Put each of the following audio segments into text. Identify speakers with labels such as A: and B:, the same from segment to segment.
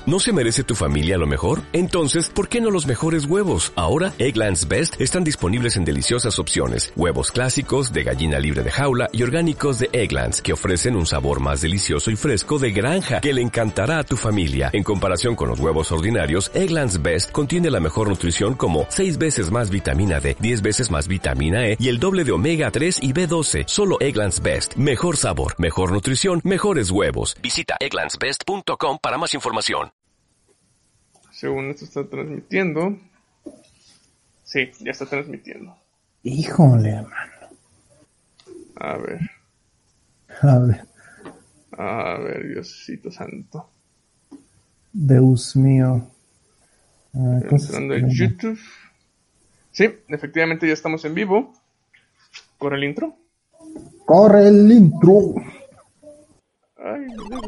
A: ¿No se merece tu familia lo mejor? Entonces, ¿por qué no los mejores huevos? Ahora, Eggland's Best están disponibles en deliciosas opciones. Huevos clásicos, de gallina libre de jaula y orgánicos de Eggland's, que ofrecen un sabor más delicioso y fresco de granja que le encantará a tu familia. En comparación con los huevos ordinarios, Eggland's Best contiene la mejor nutrición como 6 veces más vitamina D, 10 veces más vitamina E y el doble de omega 3 y B12. Solo Eggland's Best. Mejor sabor, mejor nutrición, mejores huevos. Visita egglandsbest.com para más información.
B: Según esto está transmitiendo. Sí, ya está transmitiendo.
C: Híjole, hermano.
B: A ver.
C: A ver.
B: A ver, Diosito santo.
C: Deus mío.
B: Entrando en YouTube. Sí, efectivamente ya estamos en vivo. ¿Corre el intro?
C: ¡Corre el intro!
B: Ay,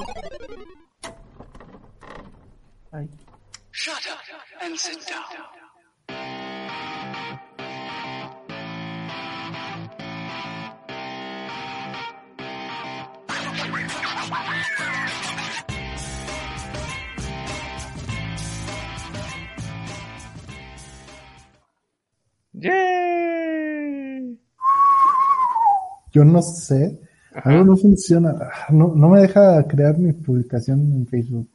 C: Ay.
D: Shut up and sit down.
B: ¡yay!
C: Yo no sé.
B: Ajá.
C: Algo no funciona. No me deja crear mi publicación en Facebook.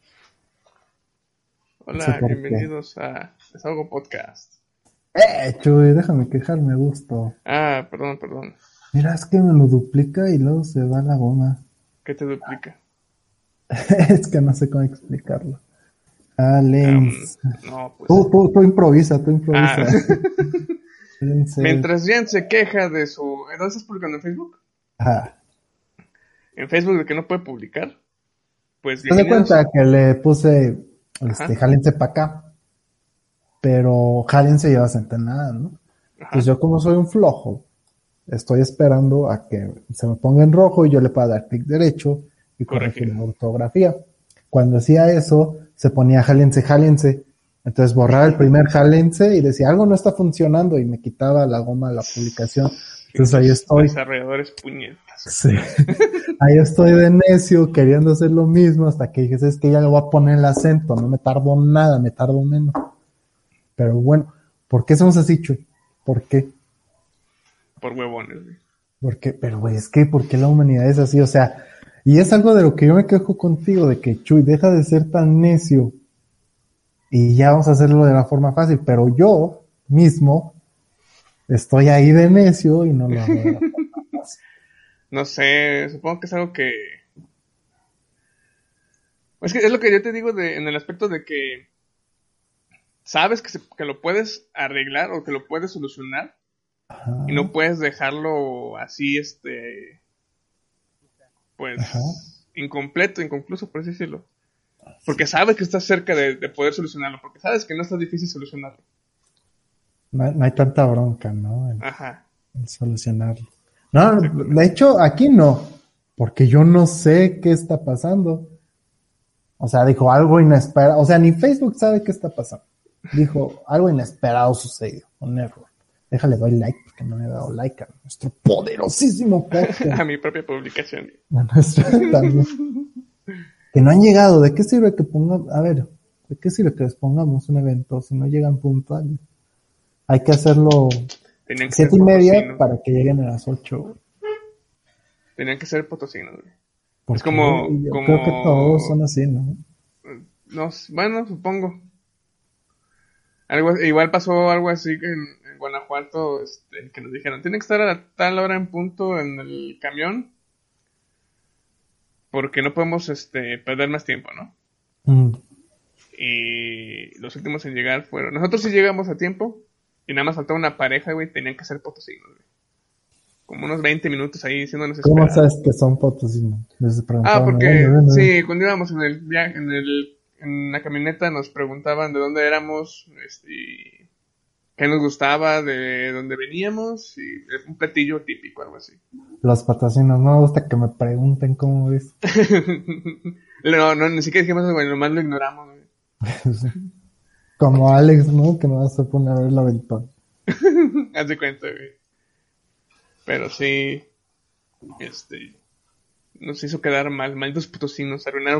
B: Hola,
C: No sé por
B: bienvenidos a Desahogo Podcast.
C: Chuy, déjame quejarme a gusto.
B: Ah, perdón.
C: Mira, es que me lo duplica y luego se va la goma.
B: ¿Qué te duplica?
C: Es que no sé cómo explicarlo. Alex.
B: No, pues.
C: Tú improvisa.
B: Ah.
C: Fíjense.
B: Mientras Jen se queja de su... ¿Dónde estás publicando? ¿En Facebook?
C: Ajá.
B: En Facebook de que no puede publicar. Pues
C: ¿Te das
B: bienvenidos.
C: cuenta que le puse,
B: Ajá.
C: jálense para acá? Pero jálense lleva centenada, ¿no?
B: Ajá.
C: Pues yo como soy un flojo, estoy esperando a que se me ponga en rojo y yo le pueda dar clic derecho y corregir la ortografía. Cuando hacía eso, se ponía jálense. Entonces borraba el primer jálense y decía, algo no está funcionando y me quitaba la goma de la publicación. Entonces ahí estoy.
B: Desarrolladores puñetas.
C: Sí. Ahí estoy de necio queriendo hacer lo mismo hasta que dije, es que ya le voy a poner el acento, no me tardo nada, me tardo menos. Pero bueno, ¿por qué somos así, Chuy? ¿Por qué?
B: Por huevones, güey.
C: ¿Por qué? Pero güey, es que ¿por qué la humanidad es así? O sea, y es algo de lo que yo me quejo contigo, de que Chuy, deja de ser tan necio y ya vamos a hacerlo de la forma fácil, pero yo mismo estoy ahí de necio y no lo hago de la forma fácil.
B: No sé, supongo que es algo que... Es que es lo que yo te digo en el aspecto de que sabes que lo puedes arreglar o que lo puedes solucionar.
C: Ajá.
B: Y no puedes dejarlo así, pues,
C: Ajá.
B: inconcluso, por así decirlo. Porque sabes que estás cerca de poder solucionarlo, porque sabes que no está difícil solucionarlo.
C: No hay tanta bronca, ¿no?
B: Ajá.
C: En solucionarlo. No, de hecho, aquí no, porque yo no sé qué está pasando. O sea, dijo algo inesperado. O sea, ni Facebook sabe qué está pasando. Dijo, algo inesperado sucedió, un error. Déjale, doy like, porque no me he dado like a nuestro poderosísimo podcast.
B: A mi propia publicación.
C: A nuestro también. Que no han llegado. ¿De qué sirve que pongamos? A ver, ¿de qué sirve que les pongamos un evento si no llegan puntuales? Hay que hacerlo
B: Tenían que
C: 7:30
B: potosinos.
C: para que lleguen a las 8.
B: Tenían que ser potosinos, güey.
C: Porque
B: Es como...
C: yo creo que todos son así, ¿no?
B: No, bueno, supongo. Igual pasó algo así en Guanajuato, que nos dijeron, tienen que estar a tal hora en punto en el camión, porque no podemos perder más tiempo, ¿no? Y los últimos en llegar fueron... Nosotros sí llegamos a tiempo, y nada más faltaba una pareja, güey, tenían que ser potosinos, güey. Como unos 20 minutos ahí diciéndonos
C: ¿Cómo
B: esperados.
C: sabes que son potosinos?
B: Porque sí, cuando íbamos en el viaje, en la camioneta nos preguntaban de dónde éramos, y qué nos gustaba, de dónde veníamos, y un platillo típico, algo así.
C: Los potosinos, no me gusta que me pregunten cómo es.
B: No, ni siquiera dijimos eso, güey, nomás lo ignoramos, güey.
C: Como Alex, ¿no? Que no vas a poner a ver la ventana.
B: Haz de cuenta, güey. Pero sí, nos hizo quedar mal, malditos potosinos, arruinaron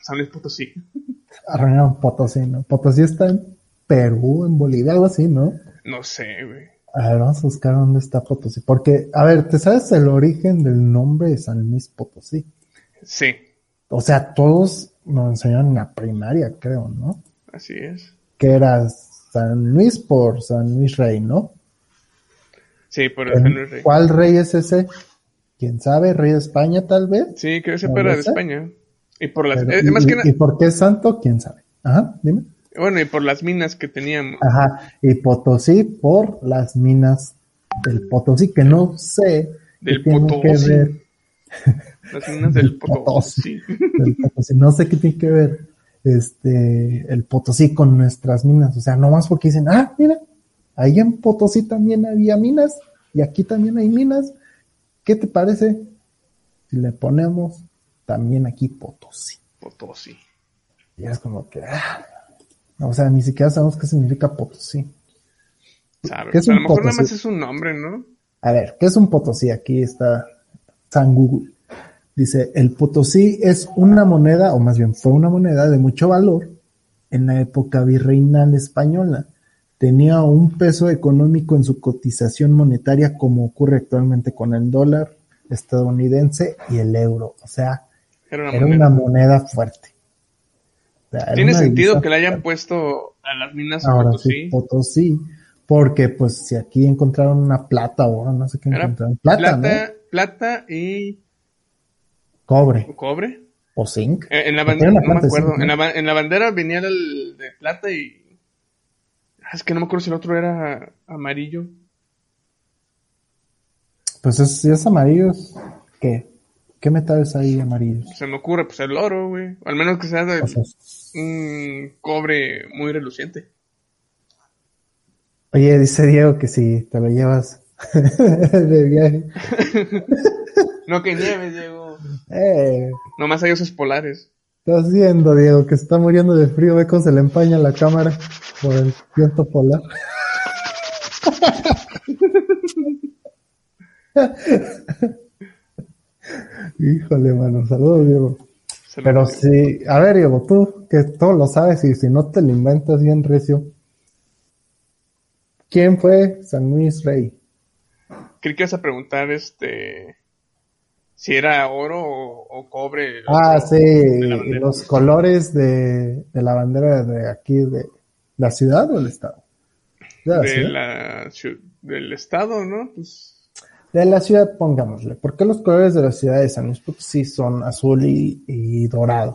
B: San Luis Potosí.
C: Arruinaron Potosí, ¿no? Potosí está en Perú, en Bolivia, algo así, ¿no?
B: No sé, güey.
C: A ver, vamos a buscar dónde está Potosí. Porque, a ver, ¿te sabes el origen del nombre de San Luis Potosí?
B: Sí,
C: O sea, todos nos enseñaron en la primaria, creo, ¿no?
B: así es.
C: Que era San Luis por San Luis Rey, ¿no?
B: Sí, por el San Luis Rey.
C: ¿Cuál rey es ese? ¿Quién sabe? ¿Rey de España, tal vez?
B: Sí, creo que se
C: No
B: para
C: lo
B: de
C: sé.
B: España. Y por las...
C: Pero,
B: más que nada...
C: ¿y por qué es santo? ¿Quién sabe? Ajá, dime.
B: Bueno, y por las minas que teníamos.
C: Ajá, y Potosí por las minas del Potosí, que no sé qué
B: Del
C: tienen que
B: Potosí.
C: ver.
B: Las minas del Potosí.
C: Del Potosí. No sé qué tiene que ver el Potosí con nuestras minas. O sea, nomás porque dicen, mira, ahí en Potosí también había minas y aquí también hay minas. ¿Qué te parece si le ponemos también aquí Potosí?
B: Potosí.
C: Y es como que, o sea, ni siquiera sabemos qué significa Potosí.
B: ¿Sabes?
C: ¿Qué es
B: A lo
C: un
B: mejor nada
C: Potosí?
B: más es un nombre, ¿no?
C: A ver, ¿qué es un Potosí? Aquí está San Google. Dice, el Potosí es una moneda, o más bien fue una moneda de mucho valor en la época virreinal española. Tenía un peso económico en su cotización monetaria como ocurre actualmente con el dólar estadounidense y el euro. O sea,
B: Era
C: era
B: una
C: una
B: moneda.
C: moneda fuerte. O sea, era
B: Tiene
C: una
B: sentido
C: divisa
B: que le hayan
C: fuerte.
B: puesto a las minas
C: Ahora sí,
B: Potosí.
C: Potosí, porque pues si aquí encontraron una plata ahora, no sé qué
B: Era
C: encontraron. Plata, ¿no?
B: plata y
C: Cobre
B: cobre.
C: o zinc.
B: En la
C: Porque era una
B: no me
C: planta de zinc,
B: acuerdo.
C: ¿no?
B: En la bandera venía el de plata y... Es que no me acuerdo si el otro era amarillo.
C: Pues si es amarillo, ¿qué? ¿Qué metales hay amarillos?
B: Se me ocurre, pues el oro, güey. Al menos que sea
C: O
B: de
C: sea,
B: un cobre muy reluciente.
C: oye, dice Diego que si te lo llevas de viaje.
B: No, que nieve, Diego.
C: Eh,
B: Nomás hay osos polares.
C: estás viendo, Diego, que se está muriendo de frío, ve cómo se le empaña la cámara por el viento polar. Híjole, mano, saludos, Diego. Pero
B: Diego.
C: sí, a ver, Diego, tú, que todo lo sabes y si no te lo inventas bien recio, ¿quién fue San Luis Rey?
B: Creí que ibas a preguntar, si era oro o cobre el otro
C: Sí,
B: de la
C: y
B: bandera.
C: los colores de la bandera de aquí, de la ciudad o el estado. ¿De la ciudad?
B: Del estado, ¿no? Pues,
C: De la ciudad, pongámosle. ¿Por qué los colores de la ciudad de San Luis Potosí son azul y dorado?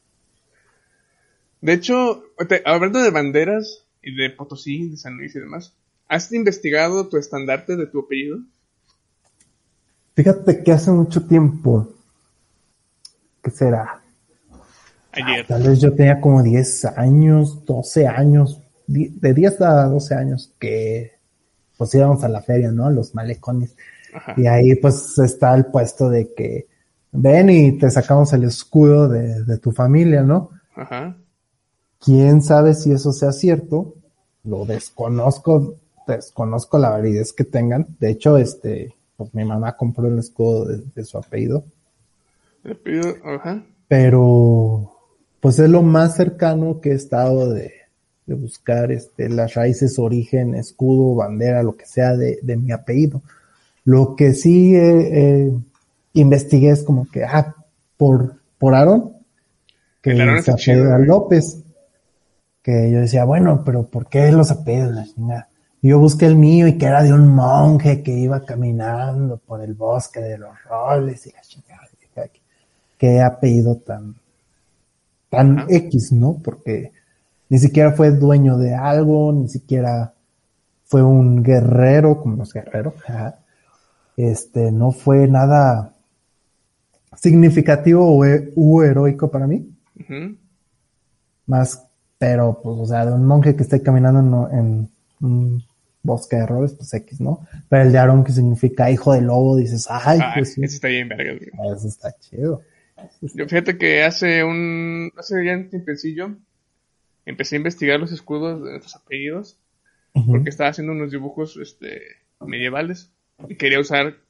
B: de hecho, hablando de banderas y de Potosí, de San Luis y demás, ¿has investigado tu estandarte de tu apellido?
C: Fíjate que hace mucho tiempo, ¿qué será?
B: Ayer.
C: Tal vez yo tenía como 10 años, 12 años, de 10 a 12 años que pues íbamos a la feria, ¿no? A los malecones.
B: Ajá.
C: Y ahí pues está el puesto de que ven y te sacamos el escudo de tu familia, ¿no?
B: Ajá.
C: Quién sabe si eso sea cierto, lo desconozco la validez que tengan. De hecho, pues mi mamá compró el escudo de su apellido,
B: El apellido, ajá.
C: pero pues es lo más cercano que he estado de buscar las raíces, origen, escudo, bandera, lo que sea de mi apellido. Lo que sí investigué es como que, por Aarón, que
B: El Aarón
C: se
B: está chido,
C: apellida
B: güey.
C: López, que yo decía, bueno, pero ¿por qué los apellidos? La chingada? Y yo busqué el mío y que era de un monje que iba caminando por el bosque de los robles y la chingada. Qué apellido tan
B: Ajá.
C: X, ¿no? Porque ni siquiera fue dueño de algo, ni siquiera fue un guerrero, como los guerreros. Ajá. No fue nada significativo o heroico para mí.
B: Ujú.
C: Más, pero pues, o sea, de un monje que esté caminando en un bosque de robles, pues X, ¿no? Pero el de Aarón, que significa hijo de lobo, dices, ay, pues sí,
B: Ese está bien verga, güey.
C: eso está chido.
B: Yo fíjate que hace ya un tiempecillo empecé a investigar los escudos de nuestros apellidos
C: Uh-huh.
B: porque estaba haciendo unos dibujos medievales y quería usar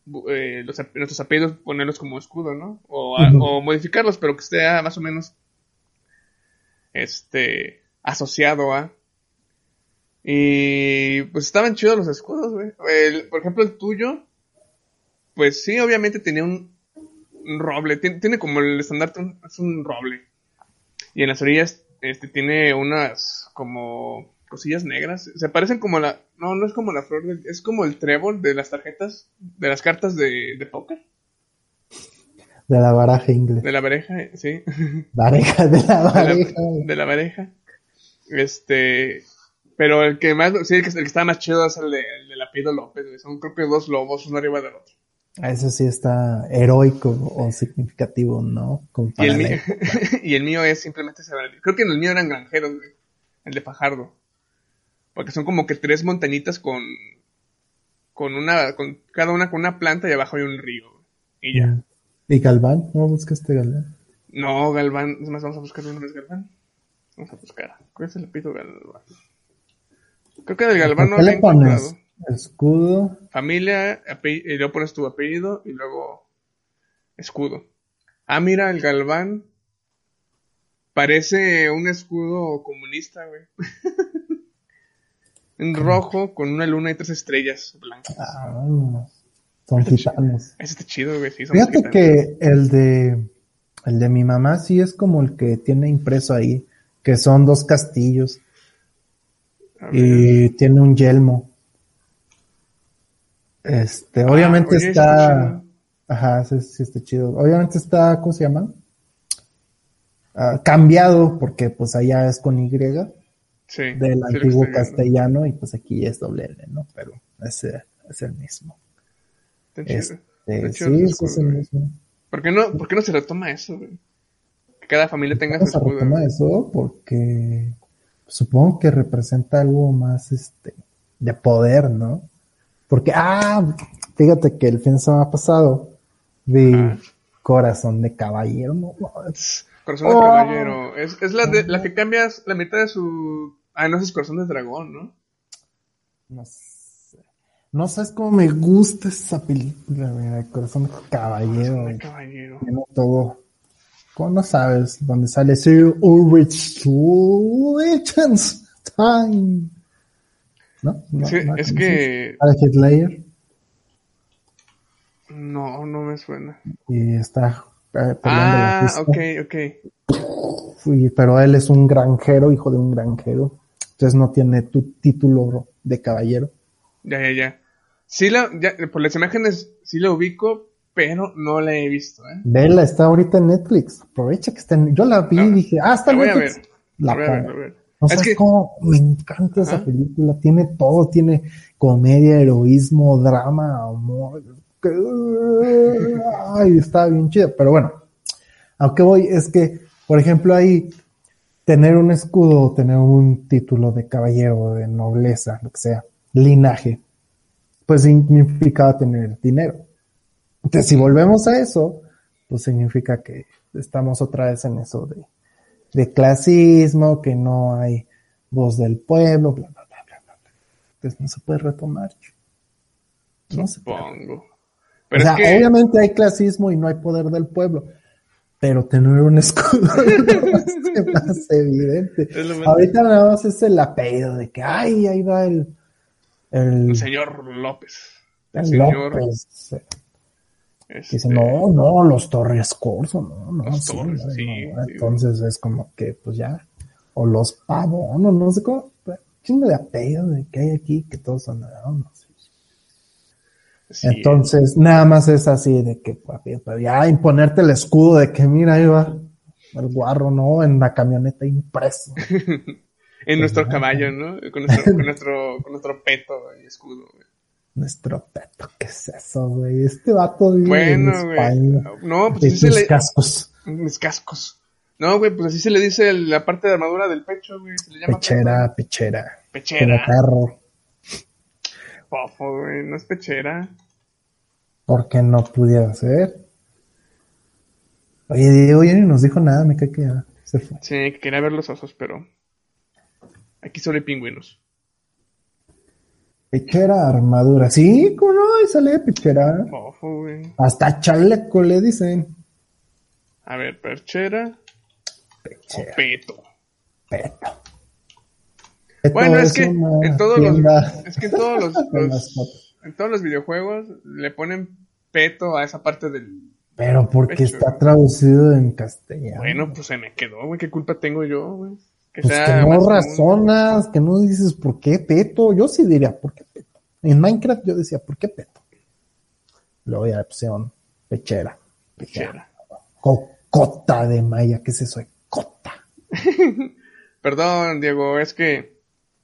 B: nuestros apellidos ponerlos como escudo, ¿no?
C: Ujú.
B: O modificarlos, pero que esté más o menos asociado a. Y pues estaban chidos los escudos, güey. Por ejemplo, el tuyo, pues sí, obviamente tenía un roble. Tiene como el estandarte, es un roble. Y en las orillas tiene unas como cosillas negras. Se parecen como No, no es como la flor, es como el trébol de las tarjetas, de las cartas de póker.
C: De la baraja inglés.
B: De la pareja, sí.
C: Pareja de la
B: De la,
C: pareja.
B: de la pareja. Pero el que más, sí, el que está más chido es el del apellido López, güey. Son creo que dos lobos, uno arriba del otro.
C: Eso sí está heroico o significativo, ¿no? Como
B: Y
C: para
B: el
C: la
B: mío,
C: época.
B: y el mío es simplemente creo que en el mío eran granjeros, güey. El de Fajardo. Porque son como que tres montañitas con cada una con una planta y abajo hay un río, güey. Y ya.
C: ¿Y Galván? ¿No buscaste Galván?
B: No, Galván, es más, vamos a buscar uno de Galván. Vamos a buscar. ¿Cuál es el apellido Galván? Creo que del Galván no
C: ¿Por qué
B: había
C: le pones
B: encontrado.
C: escudo?
B: Familia, y luego pones tu apellido y luego escudo. Ah, mira, el Galván parece un escudo comunista, güey. En rojo con una luna y 3 estrellas blancas.
C: Ah, son gitanos.
B: Ese está chido, güey, sí, son
C: Fíjate
B: gitanos.
C: que el de mi mamá sí es como el que tiene impreso ahí, que son dos castillos
B: A ver.
C: y tiene un yelmo. Obviamente
B: Oye, ese está
C: está,
B: chido.
C: ajá, sí está chido. Obviamente está, ¿cómo se llama? Cambiado porque pues allá es con Y
B: Sí,
C: del
B: sí, lo que
C: antiguo
B: estoy viendo.
C: castellano y pues aquí es doble L, ¿no? Pero ese es el mismo.
B: Está chido. Está chido
C: Sí,
B: los
C: ese
B: escudos,
C: es el
B: güey.
C: mismo.
B: ¿Por qué no se retoma eso, güey? Que cada familia tenga su
C: Vamos a
B: escudo,
C: retomar
B: güey.
C: eso porque supongo que representa algo más de poder, ¿no? Porque, fíjate que el fin de semana pasado vi
B: Ajá.
C: Corazón de Caballero, ¿no?
B: Corazón de caballero. Es la que cambias la mitad de su... Ah, no, ese es corazón de dragón, ¿no?
C: No sé. No sabes cómo me gusta esa película, mira, Corazón de Caballero.
B: Corazón de caballero.
C: Tiene todo. ¿Cómo no sabes? Donde sale Sir Ulrich Liechtenstein. ¿No?
B: Sí,
C: ¿No
B: es
C: conoces?
B: que...
C: Sale Heath Ledger
B: No, no me suena.
C: y está peleando la pista.
B: Ok.
C: Pero él es un granjero, hijo de un granjero. Entonces no tiene tu título de caballero.
B: Ya. Sí, por las imágenes sí la ubico, pero no la he visto, ¿eh?
C: Vela, está ahorita en Netflix. Aprovecha que está en... Yo la vi y dije, está
B: La
C: en
B: voy a
C: Netflix.
B: ver.
C: La
B: La voy a ver,
C: pongo.
B: la voy a ver.
C: No
B: Es
C: sabes
B: que...
C: cómo me encanta esa
B: Ajá.
C: película. Tiene todo. Tiene comedia, heroísmo, drama, amor. Ay, está bien chida. Pero bueno, a lo que voy es que, por ejemplo, ahí tener un escudo, tener un título de caballero, de nobleza, lo que sea, linaje, pues significa tener dinero. Entonces, si volvemos a eso, pues significa que estamos otra vez en eso de clasismo, que no hay voz del pueblo, bla, bla, bla, bla, bla. Entonces no se puede retomar. No se puede.
B: Supongo.
C: O
B: Pero
C: sea,
B: es que...
C: obviamente hay clasismo y no hay poder del pueblo, pero tener un escudo es más evidente.
B: Es lo más...
C: Ahorita nada más es el apellido de que, ahí va
B: El señor López. El
C: el
B: señor...
C: López. Que dice, no, los Torres Corso, no,
B: Los
C: sí,
B: Torres,
C: no.
B: sí.
C: Entonces es como que, pues ya, o los Pavón, no sé cómo, chingo de apellido de que hay aquí, que todos son, no sé.
B: Sí.
C: Entonces, nada más es así de que, pero ya imponerte el escudo de que, mira, ahí va el guarro, ¿no? En la camioneta impreso.
B: En nuestro caballo, ¿no? Con nuestro peto y escudo, güey.
C: Nuestro peto, ¿qué es eso, güey? Este vato vive en
B: Bueno, güey.
C: España.
B: No, pues
C: De
B: así se
C: tus
B: le...
C: cascos.
B: Mis cascos. No, güey, pues así se le dice la parte de armadura del pecho, güey. Se le llama
C: Pechera.
B: Pechera.
C: Como perro.
B: Fofo, güey, no es pechera.
C: Porque no pudiera ser. Oye, Diego ya ni nos dijo nada, me cae que ya se fue.
B: Sí, que quería ver los osos, pero aquí solo hay pingüinos.
C: Pechera, armadura. Sí, ¿cómo no? Ahí sale Pechera.
B: Bofo, güey.
C: Hasta chaleco le dicen.
B: A ver, perchera.
C: Pechera.
B: O peto.
C: Peto.
B: Bueno, es que en todos los,
C: de mascotas.
B: en todos los videojuegos le ponen peto a esa parte del
C: Pero porque
B: pecho,
C: está
B: güey.
C: traducido en castellano.
B: Bueno, pues se me quedó, güey. ¿Qué culpa tengo yo, güey?
C: Pues que no
B: más
C: razonas, que no dices por qué peto. Yo sí diría, ¿por qué peto? En Minecraft yo decía, ¿por qué peto? Luego ya opción, pechera.
B: Pechera.
C: Cota de maya, ¿qué es eso de cota?
B: Perdón, Diego, es que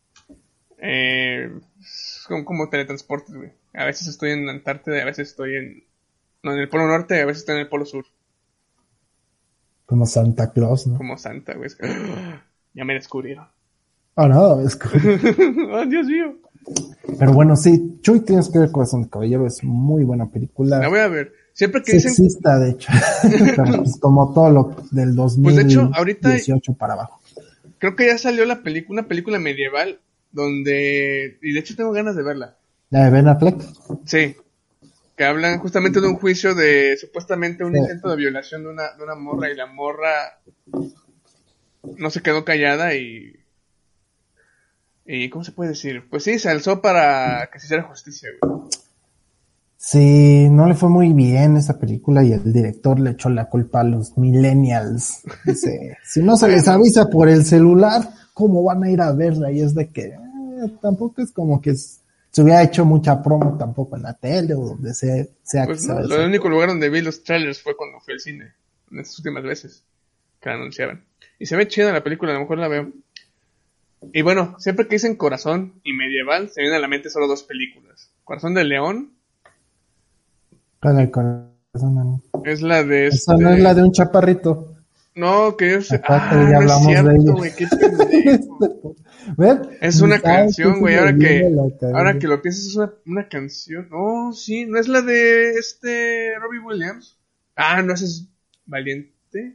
B: son como teletransportes, güey. A veces estoy en Antártida, a veces estoy en el Polo Norte, a veces estoy en el Polo Sur.
C: Como Santa Claus, ¿no?
B: Como Santa, güey. Ya me descubrieron.
C: Ah, no, es que...
B: ¡Oh, Dios mío!
C: Pero bueno, sí, Chuy, tienes que ver Corazón de Caballero, es muy buena película.
B: La voy a ver. Siempre que dicen...
C: Sexista, de hecho. Pero pues como todo lo del 2018
B: Pues de hecho, ahorita
C: para abajo.
B: creo que ya salió una película medieval donde... Y de hecho tengo ganas de verla.
C: ¿La de Ben Affleck?
B: Sí. Que hablan justamente de un juicio de supuestamente un
C: Sí.
B: intento de violación de una morra y la morra no se quedó callada y ¿cómo se puede decir? Pues sí, se alzó para que se hiciera justicia, güey.
C: Sí, no le fue muy bien esa película y el director le echó la culpa a los millennials. Dice, si no se les avisa por el celular, ¿cómo van a ir a verla? Y es de que tampoco es como que se hubiera hecho mucha promo tampoco en la tele o donde sea
B: Pues
C: que
B: no,
C: sea.
B: el único lugar donde vi los trailers fue cuando fui al cine, en estas últimas veces que la anunciaban. Y se ve chida la película, a lo mejor la veo. Y bueno, siempre que dicen Corazón y Medieval, se vienen a la mente solo dos películas. Corazón de León
C: Con el corazón, no.
B: es la de
C: Esa no es la de un chaparrito.
B: No, que yo sé...
C: Aparte,
B: Ah,
C: ya
B: no es
C: hablamos de
B: cierto,
C: ella.
B: güey, qué pendejo.
C: ¿Ves?
B: Es una canción, güey, ahora que
C: Ahora
B: lo piensas es una canción. No, sí, no es la de Robbie Williams. Ah, no, ese es Valiente.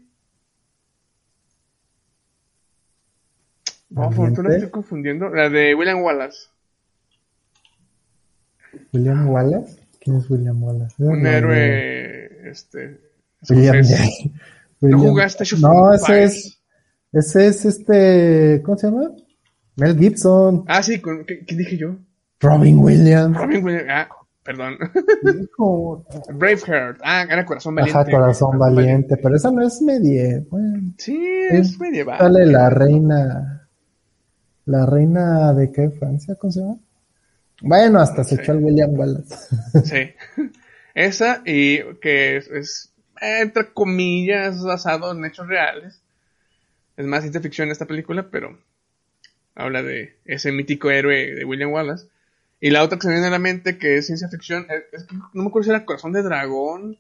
B: No, tú la estoy confundiendo. La de William Wallace.
C: ¿William Wallace? ¿Quién es William Wallace?
B: Un héroe,
C: William
B: escocés. ¿No jugaste Age of
C: No,
B: Empires?
C: ese es ¿cómo se llama? Mel Gibson.
B: Ah, sí, ¿qué dije yo?
C: Robin Williams.
B: Robin Williams. Ah, perdón.
C: Hijo.
B: Braveheart. Ah, era Corazón Valiente.
C: Ajá, Corazón Valiente, pero esa no es medieval. Bueno,
B: sí, es medieval.
C: Sale la reina de qué, Francia, ¿cómo se llama? Bueno, hasta se echó al William Wallace.
B: Sí. Esa y que es entre comillas basado en hechos reales. Es más ciencia ficción esta película, pero habla de ese mítico héroe de William Wallace. Y la otra que se me viene a la mente que es ciencia ficción, es que no me acuerdo si era Corazón de Dragón.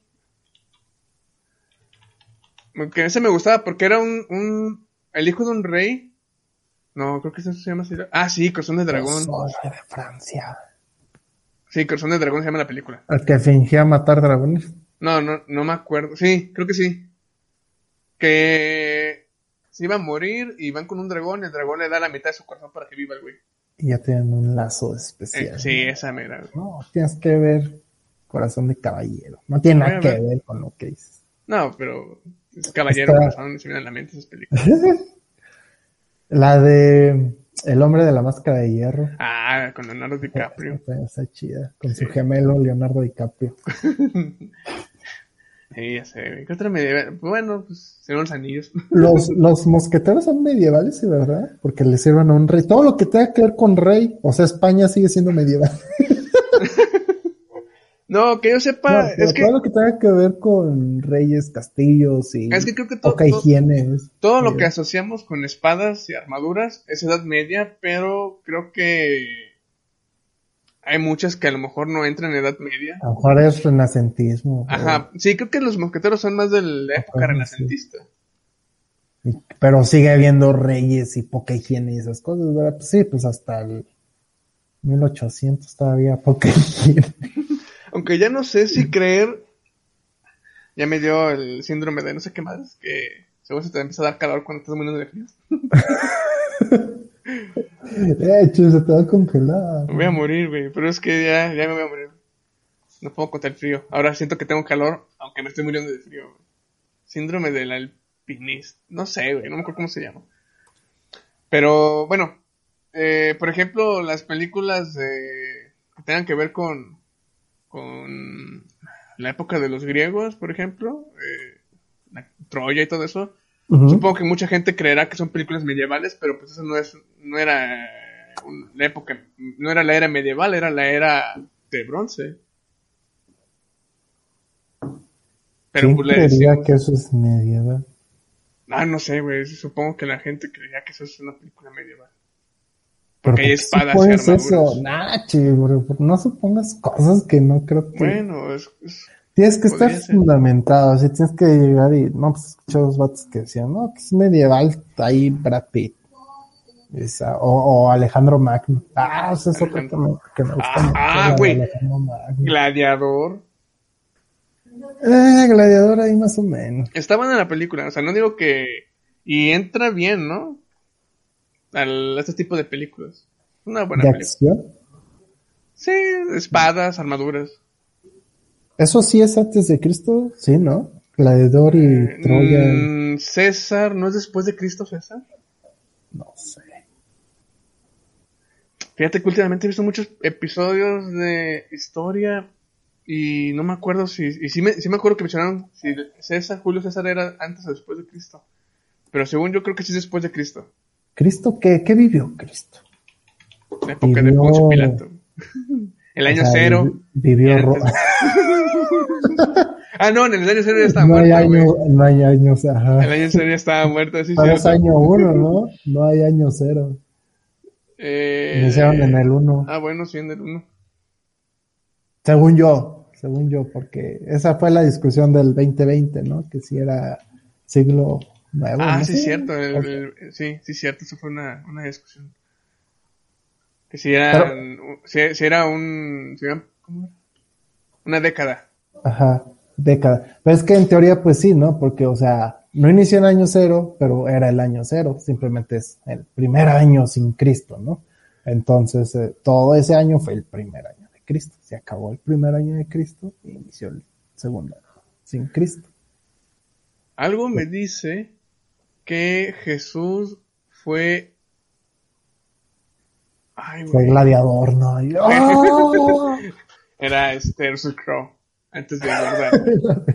B: Que ese me gustaba porque era el hijo de un rey. No, creo que eso se llama así. Ah, sí, Corazón de Dragón.
C: Soy de Francia.
B: Sí, Corazón de Dragón se llama la película.
C: ¿El que fingía matar dragones?
B: No me acuerdo. Sí, creo que sí. Que se iba a morir y van con un dragón y el dragón le da la mitad de su corazón para que viva el güey.
C: Y ya tienen un lazo especial.
B: Sí, esa mera, güey.
C: No, tienes que ver Corazón de Caballero. No tiene nada que ver con lo que dices.
B: No, pero es Caballero, Corazón, se me viene a la mente esas películas.
C: La de El hombre de la máscara de hierro.
B: Ah, con Leonardo DiCaprio.
C: Está chida. Con su gemelo Leonardo DiCaprio.
B: Sí, ya sé. ¿Qué otra medieval? Bueno, pues Señor de los Anillos.
C: Los mosqueteros son medievales, ¿sí, verdad? Porque le sirven a un rey. Todo lo que tenga que ver con rey, o sea, España sigue siendo medieval.
B: No, que yo sepa,
C: No, es que todo lo que tenga que ver con reyes, castillos y
B: es que creo que
C: poca higiene.
B: Todo lo que asociamos con espadas y armaduras es Edad Media, pero creo que hay muchas que a lo mejor no entran en Edad Media.
C: A lo mejor es renacentismo.
B: Ajá, sí, creo que los mosqueteros son más de la época renacentista.
C: Sí. Pero sigue habiendo reyes y poca higiene y esas cosas, ¿verdad? Pues sí, pues hasta el 1800 todavía poca higiene.
B: Aunque ya no sé si creer, ya me dio el síndrome de no sé qué más, que según se te empieza a dar calor cuando estás muriendo de frío.
C: Chuy, se te va a congelar.
B: Me voy a morir, güey. Pero es que ya me voy a morir. No puedo contra el frío. Ahora siento que tengo calor, aunque me estoy muriendo de frío, güey. Síndrome del alpinista. No sé, güey. No me acuerdo cómo se llama. Pero, bueno. Por ejemplo, las películas que tengan que ver con la época de los griegos, por ejemplo. Troya y todo eso.
C: Ujú.
B: Supongo que mucha gente creerá que son películas medievales, pero pues eso no era la época, no era la era medieval, era la era de bronce. Pero
C: ¿Quién
B: pues le
C: creería
B: decimos,
C: que eso es medieval?
B: no sé, güey, supongo que la gente creería que eso es una película medieval.
C: ¿Pero
B: Porque hay
C: por qué
B: espadas y
C: supones
B: armaduras.
C: eso? Nah, bro, no supongas cosas que no creo que...
B: Bueno,
C: Tienes que estar
B: podría ser.
C: fundamentado, así tienes que llegar y... No, pues escuché a los vatos que decían, no, que es medieval, ahí Brad Pitt. O Alejandro Magno. Esa es otra que me gusta mucho, la de
B: Güey,
C: Alejandro Magno.
B: Gladiador.
C: Gladiador ahí más o menos.
B: Estaban en la película, o sea, no digo que... Y entra bien, ¿no? A este tipo de películas. Una buena
C: ¿De
B: película.
C: acción?
B: Sí, espadas, armaduras.
C: ¿Eso sí es antes de Cristo? Sí, ¿no? Gladiador y Troya,
B: César, ¿no es después de Cristo César?
C: no sé.
B: Fíjate que últimamente he visto muchos episodios de historia y no me acuerdo y sí me acuerdo que mencionaron si Julio César era antes o después de Cristo. Pero según yo creo que sí es después de Cristo.
C: ¿Cristo qué? ¿Qué vivió Cristo?
B: La época de
C: Vivió-
B: Poncio Pilato. El año
C: O sea,
B: cero.
C: Vivió...
B: y antes- no, en el año cero ya estaba
C: No hay
B: muerto, güey.
C: años, no hay años, ajá.
B: El año cero ya estaba muerto, sí,
C: Ahora es
B: cierto.
C: año 1, ¿no? No hay año 0. Iniciaron en el 1.
B: Bueno, sí, en el 1.
C: Según yo, porque esa fue la discusión del 2020, ¿no? Que si era siglo nuevo. No
B: Sí,
C: sé.
B: cierto. Sí, cierto. Eso fue una discusión. Que si eran, si era ¿cómo era? Una década.
C: Ajá, década. Pero es que en teoría, pues sí, ¿no? Porque, o sea, no inició en año 0, pero era el año 0. Simplemente es el primer año sin Cristo, ¿no? Entonces, todo ese año fue el primer año de Cristo. Se acabó el primer año de Cristo y inició el segundo año sin Cristo.
B: Algo me dice que Jesús fue... Ay,
C: Fue
B: güey.
C: gladiador, ¿no? Y- ¡Oh!
B: Era Russell Crowe. Antes de engordar.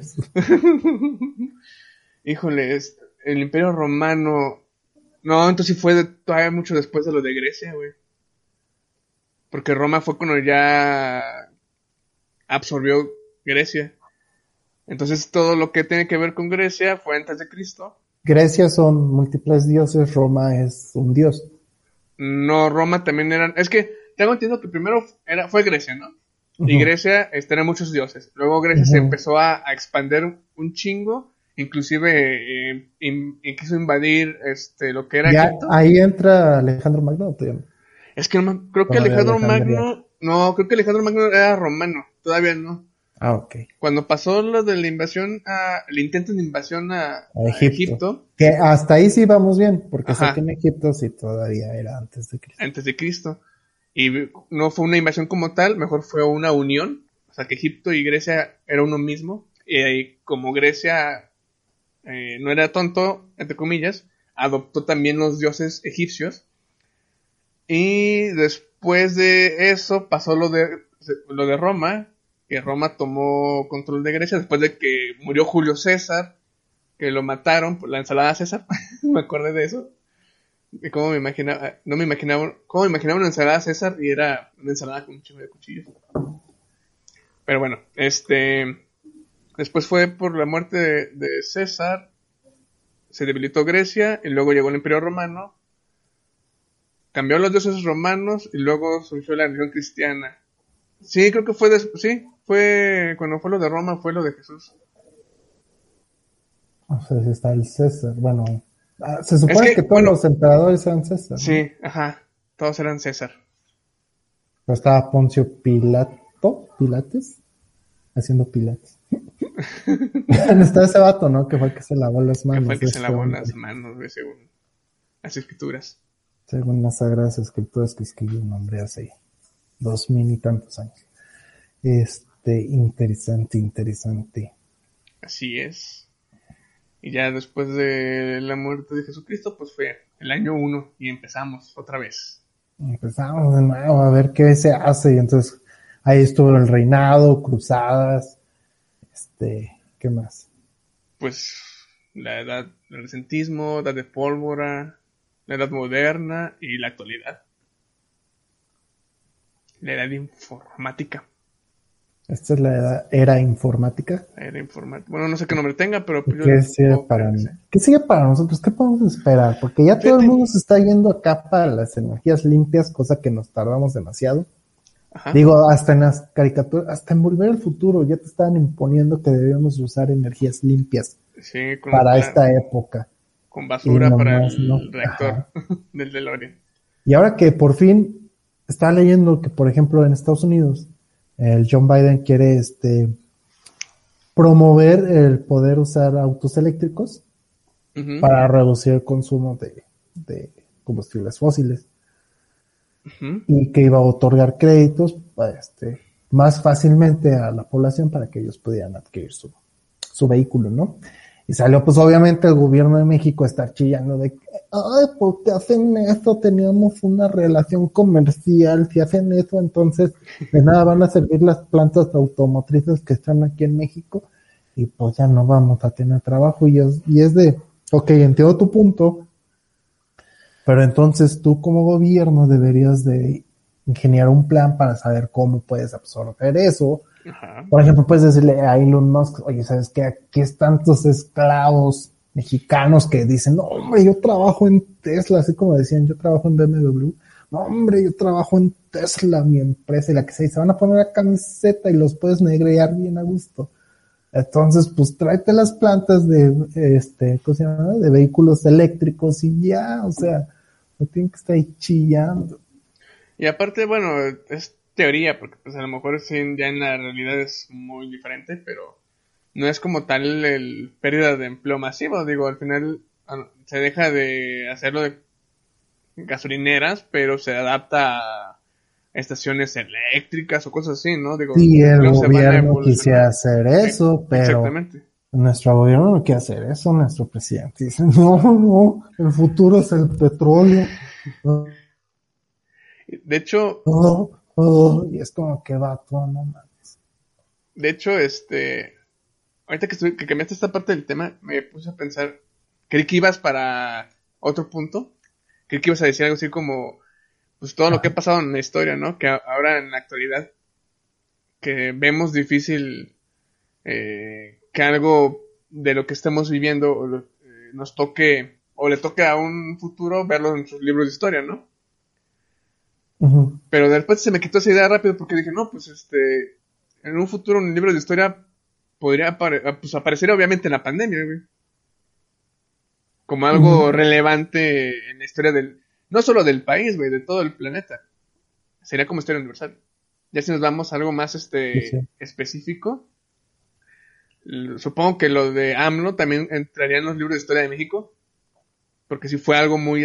B: Híjole, el Imperio Romano... No, entonces sí fue todavía mucho después de lo de Grecia, güey. Porque Roma fue cuando ya absorbió Grecia. Entonces todo lo que tiene que ver con Grecia fue antes de Cristo.
C: Grecia son múltiples dioses, Roma es un dios.
B: No, Roma también eran... Es que tengo entendido que primero fue Grecia, ¿no? Y
C: Ujú.
B: Grecia eran muchos dioses. Luego Grecia se empezó a expandir un chingo. Inclusive quiso invadir lo que era
C: Ya
B: Egipto.
C: ahí entra Alejandro Magno, ¿no?
B: Es que creo que
C: Todavía
B: Alejandro
C: Alejandría.
B: Magno... No, creo que Alejandro Magno era romano. Todavía no.
C: Ah, ok.
B: Cuando pasó lo de la invasión, el intento de invasión a Egipto,
C: Que hasta ahí sí vamos bien, porque sé
B: Ajá.
C: que en Egipto sí todavía era antes de Cristo.
B: antes de Cristo, y no fue una invasión como tal, mejor fue una unión, o sea que Egipto y Grecia era uno mismo, y como Grecia no era tonto, entre comillas, adoptó también los dioses egipcios, y después de eso pasó lo de Roma, que Roma tomó control de Grecia después de que murió Julio César, que lo mataron por la ensalada César. Me acordé de eso. Y cómo me imaginaba, cómo me imaginaba una ensalada César y era una ensalada con un chingo de cuchillos. Pero bueno, después fue por la muerte de César, se debilitó Grecia y luego llegó el Imperio Romano, cambió los dioses romanos y luego surgió la religión cristiana. Sí, creo que fue cuando fue lo de Roma, fue lo de Jesús.
C: O sea, si está el César. Bueno, se supone que todos
B: bueno,
C: los emperadores eran César, ¿no?
B: Sí, ajá, todos eran César.
C: Pero estaba Poncio Pilates, haciendo pilates. Está ese vato, ¿no? Que fue el que se lavó las
B: Que
C: manos.
B: fue el que
C: de
B: se
C: este
B: lavó
C: hombre.
B: las manos, según las escrituras.
C: según las sagradas escrituras que escribió un hombre hace 2000 y tantos años. Interesante.
B: Así es. Y ya después de la muerte de Jesucristo, pues fue el año 1 y empezamos otra vez.
C: Empezamos de nuevo a ver qué se hace, y entonces ahí estuvo el reinado, cruzadas, ¿qué más?
B: Pues la edad del renacentismo, edad de pólvora, la edad moderna y la actualidad. La edad informática.
C: Esta es era informática.
B: Era informática. Bueno, no sé qué nombre tenga, pero pues
C: ¿Qué sigue ¿Qué sigue para nosotros? ¿Qué podemos esperar? Porque ya todo el mundo se está yendo acá para las energías limpias, cosa que nos tardamos demasiado. Ajá. Digo, hasta en las caricaturas, hasta en Volver al Futuro, ya te estaban imponiendo que debíamos usar energías limpias para esta época.
B: Con basura para el reactor del DeLorean.
C: Y ahora que por fin estaba leyendo que, por ejemplo, en Estados Unidos, el John Biden quiere promover el poder usar autos eléctricos para reducir el consumo de combustibles fósiles. Y que iba a otorgar créditos más fácilmente a la población para que ellos pudieran adquirir su vehículo, ¿no? Y salió, pues obviamente el gobierno de México está chillando de que, ay, ¿por qué hacen eso? Teníamos una relación comercial, si hacen eso, entonces de nada van a servir las plantas automotrices que están aquí en México, y pues ya no vamos a tener trabajo, y es de, ok, entiendo tu punto, pero entonces tú como gobierno deberías de ingeniar un plan para saber cómo puedes absorber eso. Ajá. Por ejemplo, puedes decirle a Elon Musk, oye, ¿sabes qué? Aquí están tus esclavos mexicanos que dicen, no, hombre, yo trabajo en Tesla, así como decían, yo trabajo en BMW. No, hombre, yo trabajo en Tesla, mi empresa, y la que se van a poner la camiseta y los puedes negrear bien a gusto. Entonces, pues tráete las plantas de, ¿cómo se llama? De vehículos eléctricos y ya, o sea, no tienen que estar ahí chillando.
B: Y aparte, bueno, es teoría, porque pues a lo mejor sí, ya en la realidad es muy diferente, pero no es como tal el pérdida de empleo masivo. Digo, al final se deja de hacerlo de gasolineras, pero se adapta a estaciones eléctricas o cosas así, ¿no? Digo,
C: sí, el gobierno quisiera hacer eso, pero
B: exactamente.
C: Nuestro gobierno no quiere hacer eso, nuestro presidente dice, no, el futuro es el petróleo.
B: De hecho,
C: y es como que va todo, no mames.
B: De hecho, ahorita que cambiaste esta parte del tema, me puse a pensar, creí que ibas para otro punto, creí que ibas a decir algo así como, pues todo lo que ha pasado en la historia, ¿no? Que ahora en la actualidad, que vemos difícil que algo de lo que estemos viviendo nos toque, o le toque a un futuro verlo en sus libros de historia, ¿no? Uh-huh. Pero después se me quitó esa idea rápido porque dije, no, pues en un futuro en libros de historia podría aparecer obviamente la pandemia, güey. Como algo relevante en la historia no solo del país, güey, de todo el planeta. Sería como historia universal. Ya si nos vamos a algo más específico, supongo que lo de AMLO también entraría en los libros de historia de México, porque sí fue algo muy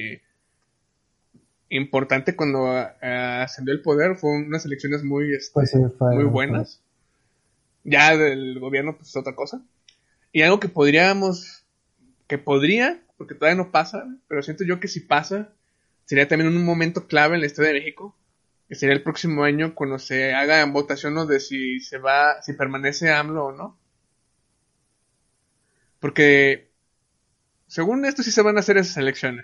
B: importante cuando ascendió el poder. Fue unas elecciones muy muy buenas. Ya del gobierno pues es otra cosa. Y algo que podría, porque todavía no pasa, pero siento yo que si pasa, sería también un momento clave en la historia de México, que sería el próximo año cuando se haga votación, ¿no?, de si permanece AMLO o no. Porque según esto sí se van a hacer esas elecciones.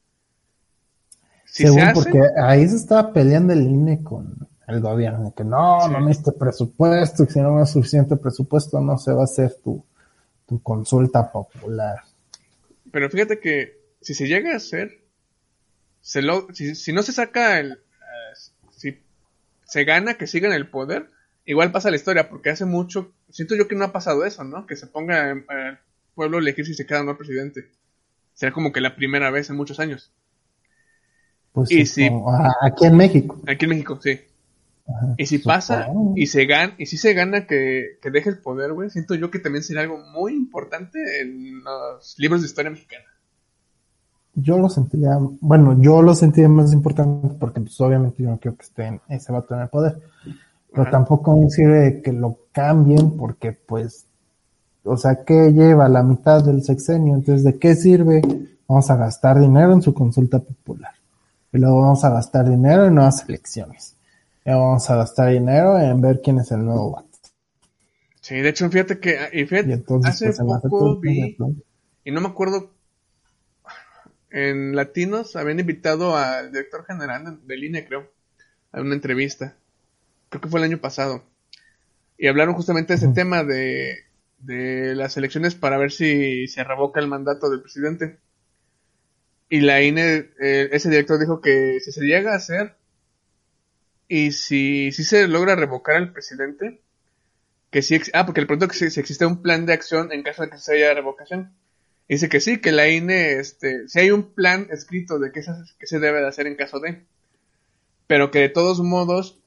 C: Si según, porque ahí se estaba peleando el INE con el gobierno, que no necesita presupuesto, que si no hay suficiente presupuesto no se va a hacer tu consulta popular.
B: Pero fíjate que si se llega a hacer, si no se saca si se gana que sigan el poder, igual pasa la historia, porque hace mucho, siento yo que no ha pasado eso, ¿no? Que se ponga al pueblo a elegir si se queda o no presidente. Será como que la primera vez en muchos años.
C: Pues y aquí en México.
B: Aquí en México, sí. Ajá, y si pasa y si se gana que deje el poder, güey, siento yo que también sería algo muy importante en los libros de historia mexicana.
C: yo lo sentía más importante porque pues obviamente yo no quiero que ese vato en el poder, pero
B: Ajá.
C: tampoco me sirve que lo cambien porque pues, o sea, ¿qué lleva la mitad del sexenio? Entonces, ¿de qué sirve? Vamos a gastar dinero en su consulta popular y luego vamos a gastar dinero en nuevas elecciones y luego vamos a gastar dinero en ver quién es el nuevo vato.
B: Sí, de hecho, fíjate que,
C: Y entonces
B: hace
C: pues se me hace todo
B: poco
C: el tiempo de
B: vi, y no me acuerdo, en Latinos habían invitado al director general del INE, creo, a una entrevista. Creo que fue el año pasado. Y hablaron justamente de ese
C: Ujú.
B: tema de las elecciones para ver si se revoca el mandato del presidente. Y la INE, ese director dijo que si se llega a hacer y si se logra revocar al presidente, que sí, porque le preguntó que si existe un plan de acción en caso de que se haya revocación. Y dice que sí, que la INE, si hay un plan escrito de qué se debe de hacer en caso de, pero que de todos modos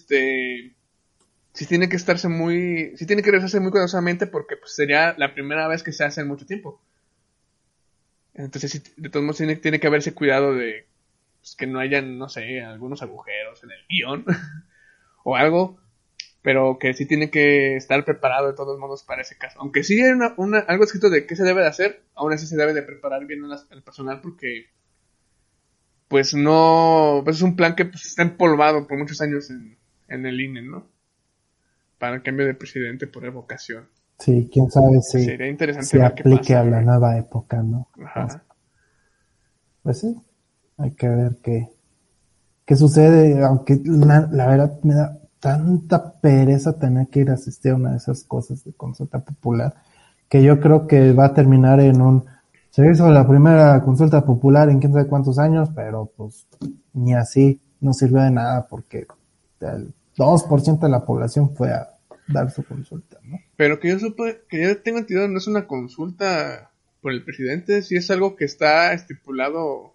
B: sí tiene que sí tiene que revisarse muy cuidadosamente porque pues, sería la primera vez que se hace en mucho tiempo. Entonces, sí, de todos modos tiene que haberse cuidado de pues, que no hayan, no sé, algunos agujeros en el guión o algo, pero que sí tiene que estar preparado de todos modos para ese caso. Aunque sí hay algo escrito de qué se debe de hacer, aún así se debe de preparar bien el personal porque pues no, pues es un plan que pues, está empolvado por muchos años en el INE, ¿no? Para el cambio de presidente por revocación.
C: Sí, quién sabe
B: Sería interesante
C: si
B: ver qué
C: aplique
B: pasa,
C: a la
B: güey.
C: nueva época, ¿no? Entonces,
B: Ajá.
C: pues sí, hay que ver qué sucede, aunque la verdad me da tanta pereza tener que ir a asistir a una de esas cosas de consulta popular, que yo creo que va a terminar se hizo la primera consulta popular en quién sabe cuántos años, pero pues ni así, no sirvió de nada porque el 2% de la población fue a dar su consulta, ¿no?
B: Pero que yo tengo entendido, no es una consulta por el presidente, si es algo que está estipulado,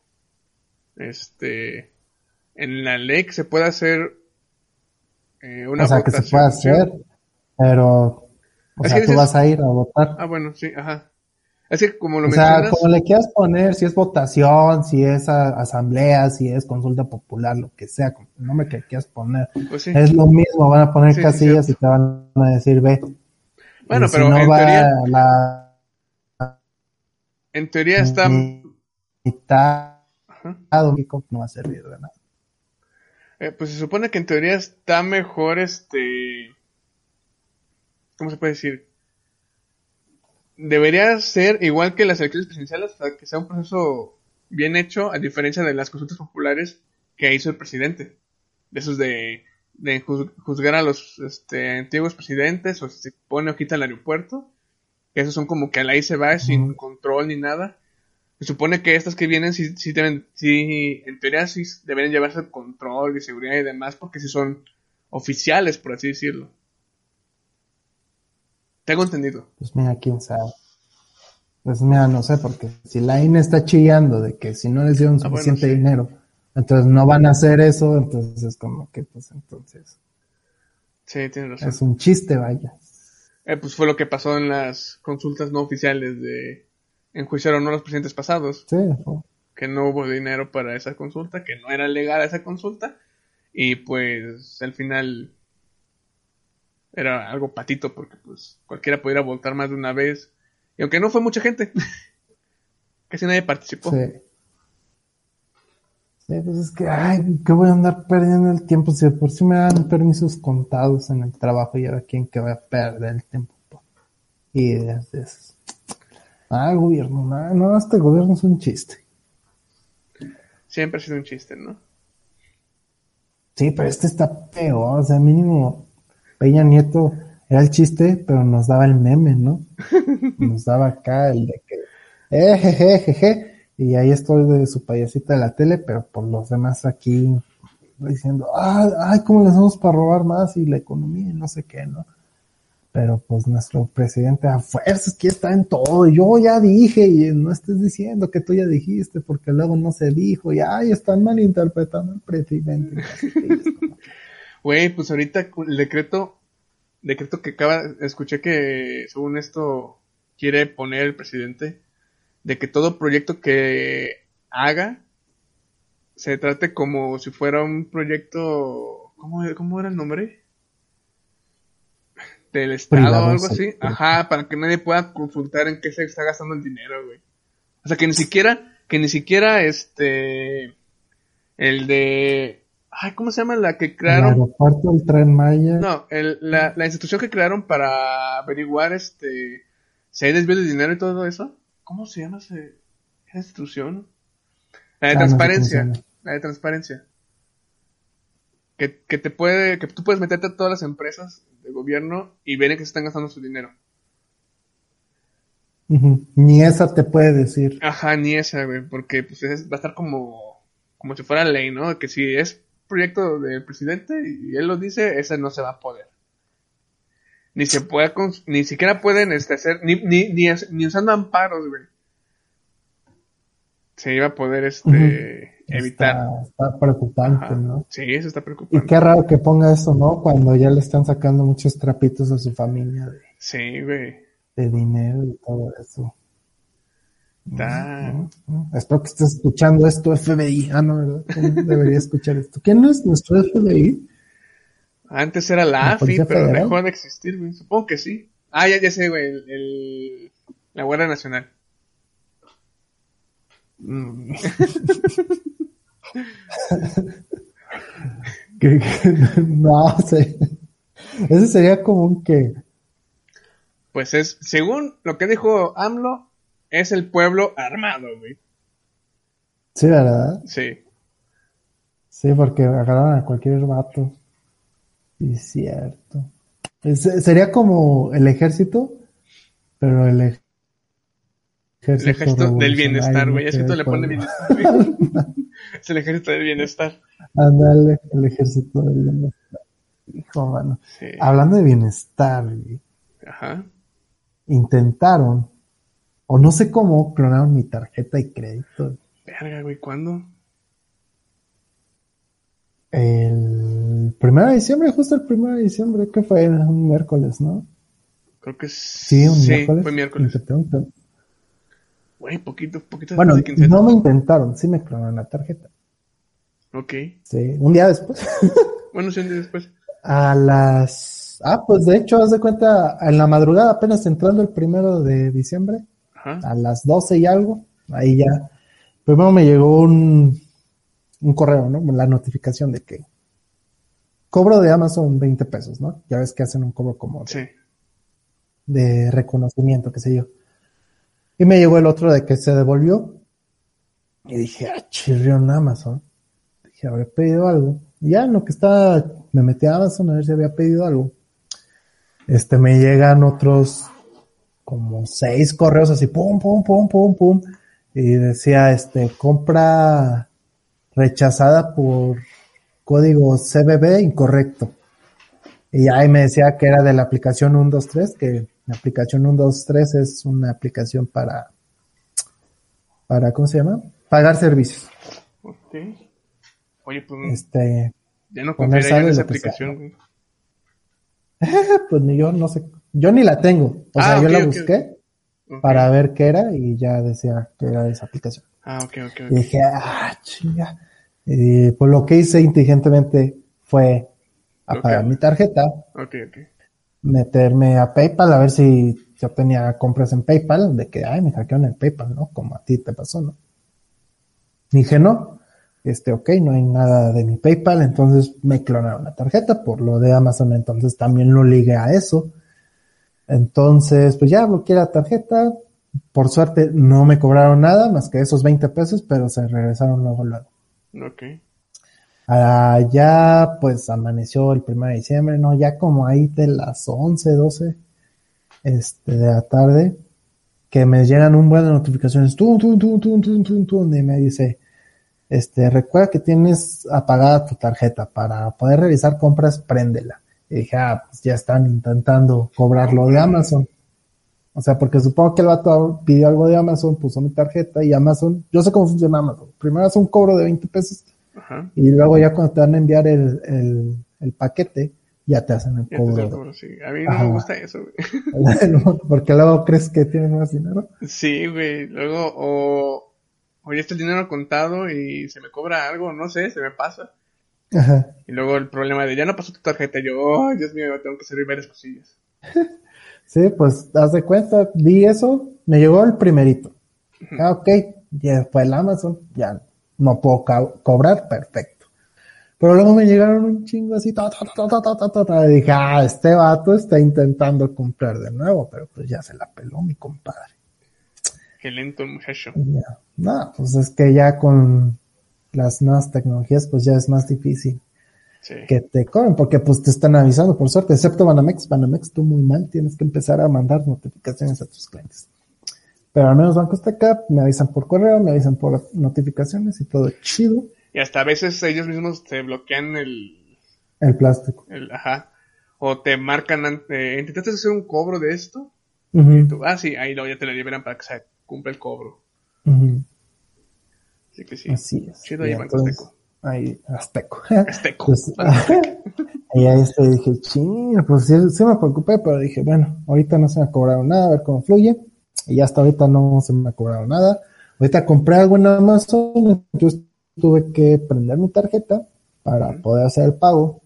B: en la ley que se puede hacer
C: O
B: una
C: sea, que se puede
B: votación, ¿sí?
C: hacer, pero, o
B: Es que
C: sea, tú vas
B: dices,
C: a ir a votar.
B: bueno, sí, ajá. Es que como lo
C: O sea, como
B: mencionas,
C: le quieras poner, si es votación, si es asamblea, si es consulta popular, lo que sea, con el nombre que quieras poner,
B: pues sí,
C: es lo mismo, van a poner
B: sí,
C: casillas
B: cierto.
C: y te van a decir ve. Y
B: Bueno,
C: si
B: pero
C: no va la
B: en teoría está,
C: mitad,
B: ajá.
C: no va a servir de nada.
B: Pues se supone que en teoría está mejor, ¿cómo se puede decir? Debería ser igual que las elecciones presidenciales, o sea, que sea un proceso bien hecho, a diferencia de las consultas populares que hizo el presidente. De esos de juzgar a los antiguos presidentes, o si se pone o quita el aeropuerto, que esos son como que a la ahí se va sin
C: Ujú.
B: control ni nada. Se supone que estas que vienen sí, en teoría sí deberían llevarse control y seguridad y demás, porque sí son oficiales, por así decirlo. Tengo entendido.
C: Pues mira, quién sabe. Pues mira, no sé, porque si la INE está chillando de que si no les dieron
B: Bueno,
C: suficiente
B: sí.
C: dinero, entonces no van a hacer eso, entonces es como que, pues entonces,
B: Sí, tienes razón.
C: es un chiste, vaya.
B: Pues fue lo que pasó en las consultas no oficiales de enjuiciaron a los presidentes pasados,
C: Sí,
B: que no hubo dinero para esa consulta, que no era legal esa consulta, y pues al final era algo patito porque pues cualquiera pudiera votar más de una vez, y aunque no fue mucha gente, casi nadie participó.
C: sí. Sí, pues es que, ay, ¿qué voy a andar perdiendo el tiempo? Si de por sí me dan permisos contados en el trabajo y ahora quién que voy a perder el tiempo por ideas de esas. Gobierno, no, este gobierno es un chiste.
B: Siempre ha sido un chiste, ¿no?
C: Sí, pero este está peor, o sea, mínimo Peña Nieto era el chiste, pero nos daba el meme, ¿no? Nos daba acá el de que, jeje, y ahí estoy de su payasita de la tele, pero por los demás aquí diciendo, ay, ¿cómo le hacemos para robar más y la economía y no sé qué, ¿no? Pero pues nuestro presidente a fuerzas que está en todo, yo ya dije, y no estés diciendo que tú ya dijiste, porque luego no se dijo, y ay, están malinterpretando al presidente, y no sé qué, y es como que,
B: Güey, pues ahorita el decreto que escuché que según esto quiere poner el presidente, de que todo proyecto que haga se trate como si fuera un proyecto, ¿cómo era el nombre? Del Estado
C: Privado,
B: o algo
C: sí.
B: así. Ajá, para que nadie pueda consultar en qué se está gastando el dinero, güey. O sea, que ni siquiera el de, ay, ¿cómo se llama? La que
C: El
B: crearon,
C: aeropuerto, el Tren Maya.
B: no, la institución que crearon para averiguar, si hay desvío de dinero y todo eso. ¿Cómo se llama esa institución? La de
C: No sé cómo se
B: transparencia,
C: llama.
B: la de transparencia. Que tú puedes meterte a todas las empresas de gobierno y ver en qué se están gastando su dinero.
C: Ujú. Ni esa te puede decir.
B: Ajá, ni esa, güey, porque pues va a estar como si fuera ley, ¿no? Que si es proyecto del presidente y él lo dice, ese no se va a poder. Ni siquiera pueden hacer, ni usando amparos, güey. Se iba a poder evitar.
C: Está preocupante,
B: Ajá.
C: ¿no?
B: Sí, eso está
C: Y
B: preocupante.
C: qué raro que ponga eso, ¿no? Cuando ya le están sacando muchos trapitos a su familia
B: Sí, güey.
C: de dinero y todo eso.
B: Está...
C: Espero que estés escuchando esto, FBI. Ah, no, ¿verdad? ¿Quién debería escuchar esto? ¿Quién no es nuestro FBI?
B: Antes era la
C: ¿La
B: AFI,
C: Policía
B: pero
C: Federal?
B: dejó de existir, güey. Supongo que sí. Ah, ya sé, güey. La Guardia Nacional.
C: No sé. Ese sería como un que.
B: Pues según lo que dijo AMLO, es el pueblo armado, güey.
C: Sí, ¿verdad?
B: Sí.
C: Sí, porque agarran a cualquier vato. Sí, cierto. Sería como el ejército, pero el
B: El ejército del bienestar,
C: revolucionario,
B: güey.
C: ¿no?
B: Así
C: Que
B: tú
C: el
B: le pones
C: pueblo.
B: bienestar, güey. Es el ejército del bienestar.
C: Ándale, el ejército del bienestar. Hijo, mano.
B: Sí.
C: Hablando de bienestar, güey,
B: Ajá.
C: intentaron, o no sé cómo, clonaron mi tarjeta de crédito.
B: Verga, güey, ¿cuándo?
C: El 1 de diciembre, justo el 1 de diciembre, que fue un miércoles, ¿no?
B: Creo que
C: Sí, un miércoles.
B: fue miércoles.
C: Intentaron.
B: Güey, poquito después
C: Bueno,
B: de quincena.
C: no me intentaron, sí me clonaron la tarjeta.
B: Ok.
C: Sí, un día después.
B: Bueno, sí, un día después.
C: Pues de hecho, haz de cuenta, en la madrugada, apenas entrando el 1 de diciembre,
B: Ajá.
C: a las 12 y algo, ahí ya. Primero me llegó un correo, ¿no? La notificación de que cobro de Amazon 20 pesos, ¿no? Ya ves que hacen un cobro como
B: Sí.
C: de reconocimiento, qué sé yo. Y me llegó el otro de que se devolvió. Y dije, chirrió en Amazon. Dije, habré pedido algo. Y ya en lo que estaba, me metí a Amazon a ver si había pedido algo. Me llegan otros como 6 correos así, pum, pum, pum, pum, pum. Y decía, compra rechazada por código CBB incorrecto. Y ahí me decía que era de la aplicación 123, que la aplicación 123 es una aplicación para, ¿cómo se llama? Pagar servicios.
B: Ok. Oye, pues ya no
C: Poner
B: confiaría yo en
C: saldo y
B: esa
C: lo que sea,
B: aplicación,
C: ¿no?
B: güey.
C: Pues ni yo, no sé. Yo ni la tengo. O sea, yo
B: ok,
C: la
B: ok,
C: busqué
B: ok.
C: para ver qué era y ya decía que era de esa aplicación.
B: Ok.
C: Y dije, chinga. Y pues lo que hice inteligentemente fue apagar mi tarjeta,
B: Ok.
C: meterme a PayPal a ver si yo tenía compras en PayPal, de que, me hackearon el PayPal, ¿no? Como a ti te pasó, ¿no? Dije, no, ok, no hay nada de mi PayPal, entonces me clonaron la tarjeta por lo de Amazon, entonces también lo ligué a eso. Entonces, pues ya bloqueé la tarjeta, por suerte no me cobraron nada más que esos 20 pesos, pero se regresaron luego.
B: Ok.
C: Ya pues amaneció el 1 de diciembre, ¿no? Ya como ahí de las 11, 12 de la tarde, que me llegan un buen de notificaciones, y me dice, recuerda que tienes apagada tu tarjeta, para poder realizar compras, préndela. Y dije, pues ya están intentando cobrarlo de Amazon. O sea, porque supongo que el vato pidió algo de Amazon, puso mi tarjeta y Amazon, yo sé cómo funciona Amazon. Primero hace un cobro de 20 pesos.
B: Ajá.
C: Y luego ya cuando te van a enviar el paquete, ya te hacen el
B: Ya te
C: cobro.
B: el cobro, sí. A mí no me gusta eso, güey.
C: Porque luego crees que tienes más dinero.
B: Sí, güey. Luego, oye, está el dinero contado y se me cobra algo, no sé, se me pasa.
C: Ajá.
B: Y luego el problema de, ya no pasó tu tarjeta. Yo, oh, Dios mío, tengo que servir varias cosillas.
C: Sí, pues, haz de cuenta, vi eso, me llegó el primerito. Ok, y después el Amazon, ya no puedo cobrar, perfecto. Pero luego me llegaron un chingo así, y dije, este vato está intentando comprar de nuevo, pero pues ya se la peló mi compadre.
B: Qué lento el muchacho.
C: Ya. No, pues es que ya con las nuevas tecnologías, pues ya es más difícil
B: Sí.
C: que te cobren, porque pues te están avisando, por suerte, excepto Banamex. Banamex, tú muy mal, tienes que empezar a mandar notificaciones a tus clientes. Pero al menos Banco Azteca me avisan por correo, me avisan por notificaciones y todo chido.
B: Y hasta a veces ellos mismos te bloquean
C: El plástico.
B: ajá. O te marcan, ¿intentaste hacer un cobro de esto?
C: Uh-huh.
B: Y tú, sí, ahí luego ya te lo liberan para que se cumpla el cobro.
C: Uh-huh.
B: Así que sí.
C: Así es.
B: Chido ahí, Banco Azteco.
C: Ahí, Azteco.
B: Azteco.
C: Pues, y ahí dije, ching, pues sí me preocupé, pero dije, bueno, ahorita no se me ha cobrado nada, a ver cómo fluye. Y hasta ahorita no se me ha cobrado nada. Ahorita compré algo en Amazon, entonces tuve que prender mi tarjeta para poder hacer el pago.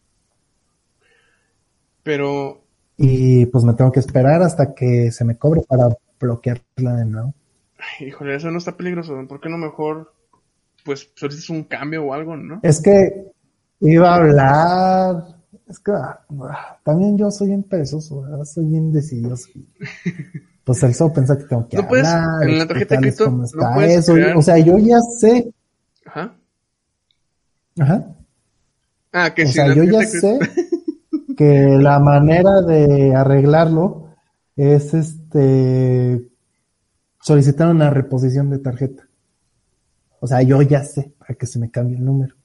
B: Pero...
C: Y pues me tengo que esperar hasta que se me cobre para bloquearla de nuevo.
B: Ay, híjole, eso no está peligroso. ¿Por qué no mejor, pues, solicitas un cambio o algo, no?
C: Es que iba a hablar... Es que también yo soy bien perezoso, ¿verdad? Soy bien decidioso. Pues el solo pensar que tengo que hablar,
B: en la tarjeta de crédito
C: cómo
B: no
C: está
B: puedes
C: eso.
B: crear...
C: O sea, yo ya sé.
B: Ajá. Que
C: o
B: sí,
C: sea, yo ya sé que la manera de arreglarlo es solicitar una reposición de tarjeta. O sea, yo ya sé para que se me cambie el número.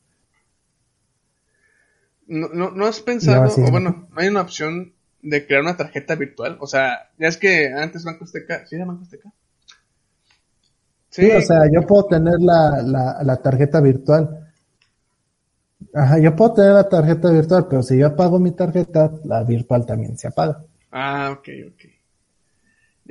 B: ¿No has pensado, sí, o bueno, no hay una opción de crear una tarjeta virtual? O sea, ya es que antes Banco Azteca, ¿sí era Banco Azteca?
C: Sí, o sea, yo puedo tener la tarjeta virtual. Ajá, yo puedo tener la tarjeta virtual, pero si yo apago mi tarjeta, la virtual también se apaga.
B: Ok. Ya.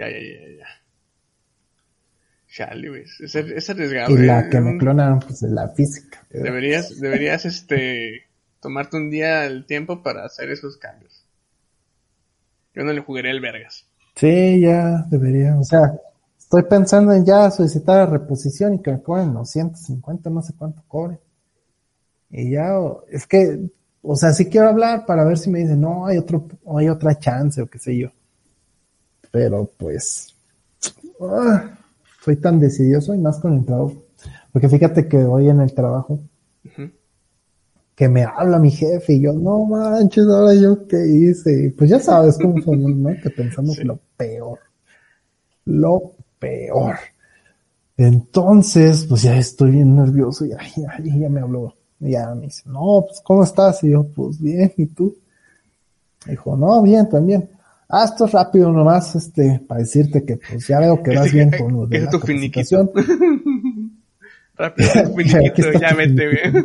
B: Chale, güey, es arriesgado.
C: Y la que me clonaron, pues es la física.
B: Deberías, tomarte un día el tiempo para hacer esos cambios. Yo no le jugaría el vergas.
C: Sí, ya debería. O sea, estoy pensando en ya solicitar la reposición y que me cobren los 150, no sé cuánto cobre. Y ya, es que, o sea, sí quiero hablar para ver si me dicen, no, hay otra chance o qué sé yo. Pero pues, soy tan decidioso y más con el trabajo. Porque fíjate que hoy en el trabajo, que me habla mi jefe y yo, no manches, ahora yo qué hice. Y pues ya sabes cómo somos, ¿no? Que pensamos lo peor. Entonces, pues ya estoy bien nervioso y ya me habló. Y ya me dice, no, pues ¿cómo estás? Y yo, pues bien, ¿y tú? Dijo, no, bien, también. Esto es rápido nomás, para decirte que pues ya veo que vas bien con lo de la capacitación.
B: Rápido, finiquito, ya vete bien.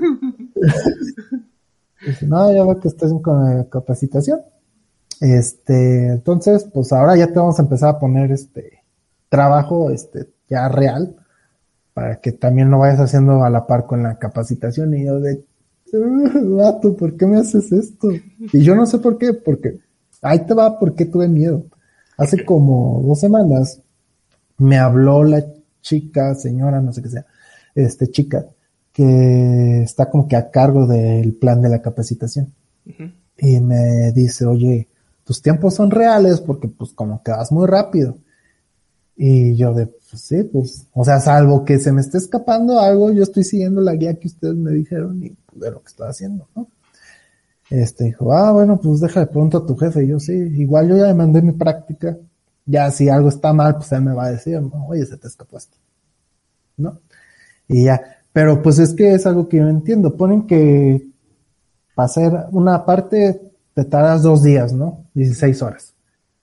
C: Dice, no, ya veo que estás bien con la capacitación. Entonces, pues ahora ya te vamos a empezar a poner trabajo, ya real, para que también lo vayas haciendo a la par con la capacitación. Y yo vato, ¿por qué me haces esto? Y yo no sé por qué, porque ahí te va, porque tuve miedo. Hace como 2 semanas me habló la chica, señora, no sé qué sea, chica, que está como que a cargo del plan de la capacitación. Y me dice, oye, tus tiempos son reales porque pues como que vas muy rápido. Y yo pues sí, pues, o sea, salvo que se me esté escapando algo, yo estoy siguiendo la guía que ustedes me dijeron y pues, de lo que estoy haciendo, ¿no? Dijo, bueno, pues déjale pronto a tu jefe. Y yo, sí, igual yo ya le mandé mi práctica. Ya si algo está mal, pues él me va a decir, no, oye, se te escapó esto, ¿no? Y ya, pero pues es que es algo que yo no entiendo. Ponen que para hacer una parte te tardas 2 días, ¿no? 16 horas.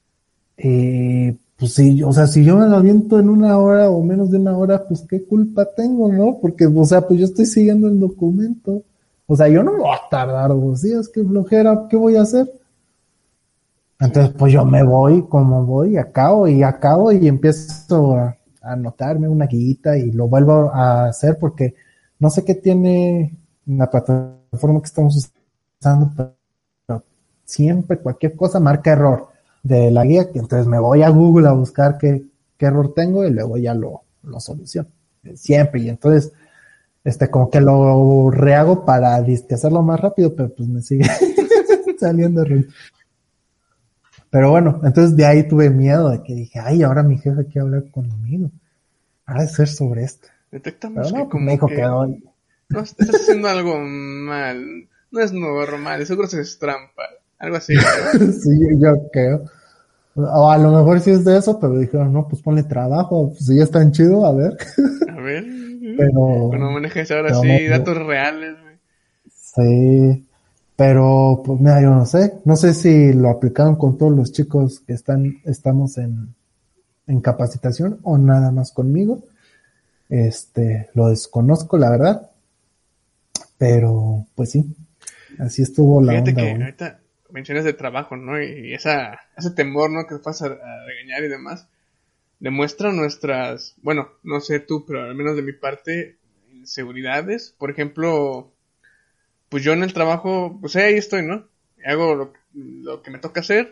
C: Pues sí, o sea, si yo me lo aviento en 1 hora o menos de 1 hora, pues qué culpa tengo, ¿no? Porque, o sea, pues yo estoy siguiendo el documento. O sea, yo no me voy a tardar 2 días, qué flojera, ¿qué voy a hacer? Entonces, pues yo me voy como voy, acabo y empiezo anotarme una guita y lo vuelvo a hacer porque no sé qué tiene la plataforma que estamos usando, pero siempre cualquier cosa marca error de la guía, que entonces me voy a Google a buscar qué error tengo y luego ya lo soluciono. Siempre, y entonces como que lo rehago para disque hacerlo más rápido, pero pues me sigue saliendo error. Pero bueno, entonces de ahí tuve miedo de que dije, ay, ahora mi jefe quiere hablar conmigo. Ha de ser sobre esto.
B: Detectamos
C: Pero
B: que
C: no,
B: como
C: me dijo
B: que
C: que hoy.
B: no estás haciendo algo mal. No es normal, seguro se es trampa. Algo así.
C: Sí, yo creo. O a lo mejor sí es de eso, pero dijeron, no, pues ponle trabajo, pues si ya están chido, a ver.
B: A ver. Cuando
C: Pero,
B: manejes ahora
C: pero
B: sí,
C: no,
B: datos reales, güey.
C: sí. Pero, pues mira, yo no sé si lo aplicaron con todos los chicos que estamos en capacitación o nada más conmigo. Lo desconozco, la verdad, pero pues sí, así estuvo la
B: Fíjate
C: onda
B: que
C: hoy.
B: ahorita mencionas de trabajo, ¿no? Y ese temor, ¿no? Que te pasa a regañar y demás. Demuestra nuestras, bueno, no sé tú, pero al menos de mi parte, inseguridades. Por ejemplo, pues yo en el trabajo, pues ahí estoy, ¿no? Hago lo que me toca hacer.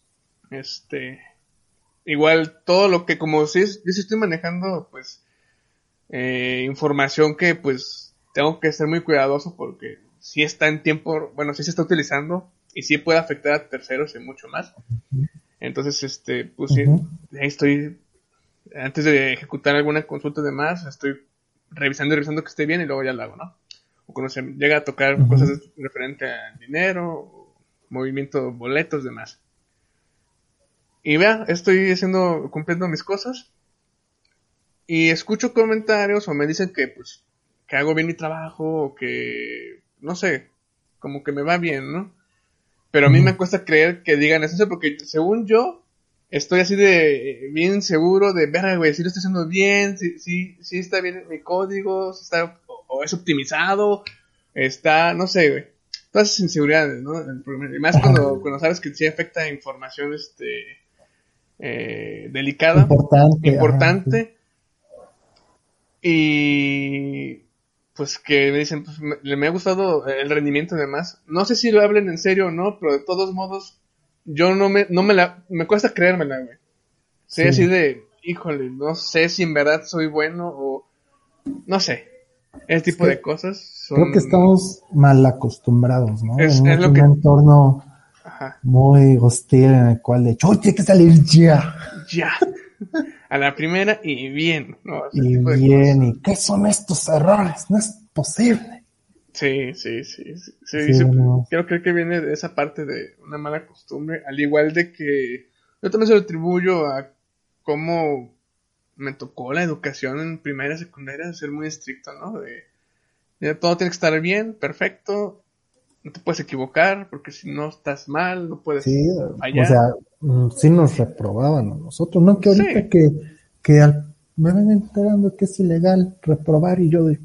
B: Igual todo lo que, como si yo sí estoy manejando, pues, información que, pues, tengo que ser muy cuidadoso porque si está en tiempo, bueno, si se está utilizando y sí puede afectar a terceros y mucho más. Entonces, pues sí,
C: Ujú,
B: ahí estoy, antes de ejecutar alguna consulta de más, estoy revisando y revisando que esté bien y luego ya lo hago, ¿no? O cuando se llega a tocar
C: ujú.
B: cosas referente al dinero, movimiento, boletos, demás. Y vea, estoy cumpliendo mis cosas y escucho comentarios o me dicen que pues que hago bien mi trabajo o que no sé, como que me va bien, ¿no? Pero a mí me
C: Ujú.
B: cuesta creer que digan eso porque según yo estoy así de bien seguro de ver, güey, si lo estoy haciendo bien, si está bien mi código, si está o es optimizado, está, no sé, güey. Todas esas inseguridades, ¿no? Y más
C: Ajá.
B: cuando sabes que sí afecta información delicada,
C: Importante, ajá. Sí.
B: importante, y pues que me dicen, pues me ha gustado el rendimiento y demás. No sé si lo hablen en serio o no, pero de todos modos, yo me cuesta creérmela, güey. Soy así
C: Sí.
B: de, híjole, no sé si en verdad soy bueno o no sé. Ese
C: Es
B: tipo de
C: que
B: cosas
C: creo que
B: son,
C: estamos mal acostumbrados, ¿no?
B: es
C: Venimos de
B: lo
C: un
B: que,
C: entorno
B: ajá,
C: muy hostil en el cual de hecho, "Uy, tiene que salir ya".
B: ya, a la primera y bien, ¿no? Ese
C: Y
B: tipo de cosas
C: bien, ¿y
B: son,
C: qué son estos errores? No es posible.
B: sí,
C: Sí, venimos.
B: creo que viene de esa parte de una mala costumbre, al igual de que yo también se lo atribuyo a cómo me tocó la educación en primaria y secundaria de ser muy estricto, ¿no? De todo tiene que estar bien, perfecto, no te puedes equivocar, porque si no estás mal, no puedes
C: Sí, o sea,
B: fallar.
C: sí nos reprobaban a nosotros, ¿no? Que ahorita
B: Sí,
C: que me ven enterando que es ilegal reprobar y yo de,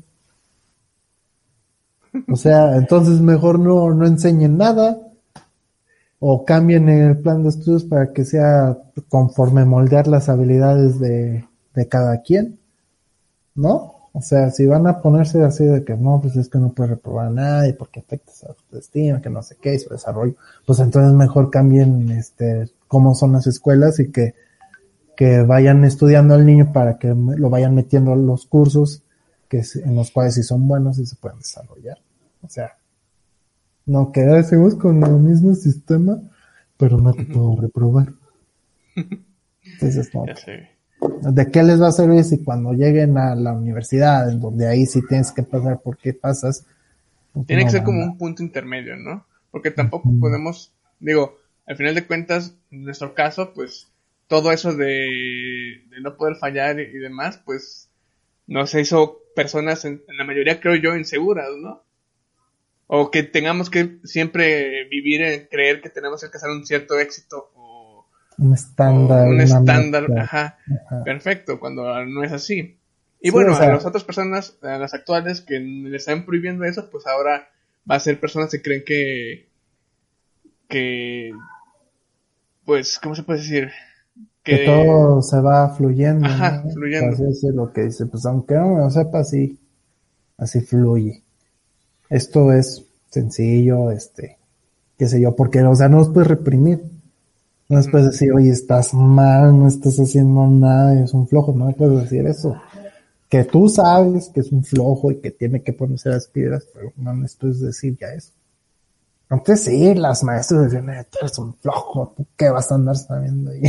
C: o sea, entonces mejor no enseñen nada o cambien el plan de estudios para que sea conforme moldear las habilidades de cada quien, ¿no? O sea, si van a ponerse así de que no, pues es que no puedes reprobar a nadie porque afecta su autoestima, que no sé qué, y su desarrollo, pues entonces mejor cambien cómo son las escuelas y que vayan estudiando al niño para que lo vayan metiendo a los cursos en los cuales si son buenos y se pueden desarrollar. O sea, no quedarse con el mismo sistema, pero no te puedo reprobar. Entonces, no,
B: ya sé.
C: ¿de qué les va a servir si cuando lleguen a la universidad, en donde ahí sí tienes que pasar por qué pasas, pues
B: Tiene que
C: no
B: ser
C: van
B: como
C: a...
B: un punto intermedio, ¿no? Porque tampoco
C: Ujú.
B: podemos, digo, al final de cuentas, en nuestro caso, pues todo eso de no poder fallar y demás, pues nos hizo personas, en la mayoría creo yo, inseguras, ¿no? O que tengamos que siempre vivir en creer que tenemos que alcanzar un cierto éxito
C: Un
B: o
C: estándar,
B: un
C: una
B: estándar,
C: meta.
B: ajá,
C: Ajá.
B: perfecto, cuando no es así. Y
C: Sí, o
B: bueno, a
C: sea,
B: las otras personas, a las actuales que le están prohibiendo eso, pues ahora va a ser personas que creen que pues, ¿cómo se puede decir?
C: Que todo se va fluyendo,
B: Ajá,
C: ¿no?
B: fluyendo.
C: Así es lo que dice, pues aunque no me lo sepa, así fluye. Esto es sencillo, qué sé yo, porque, o sea, no los puedes reprimir. No les puedes decir, oye, estás mal, no estás haciendo nada, es un flojo, no le puedes decir eso. Que tú sabes que es un flojo y que tiene que ponerse las piedras, pero no les puedes decir ya eso. Antes sí, las maestras decían, tú eres un flojo, ¿tú qué vas a andar sabiendo ahí?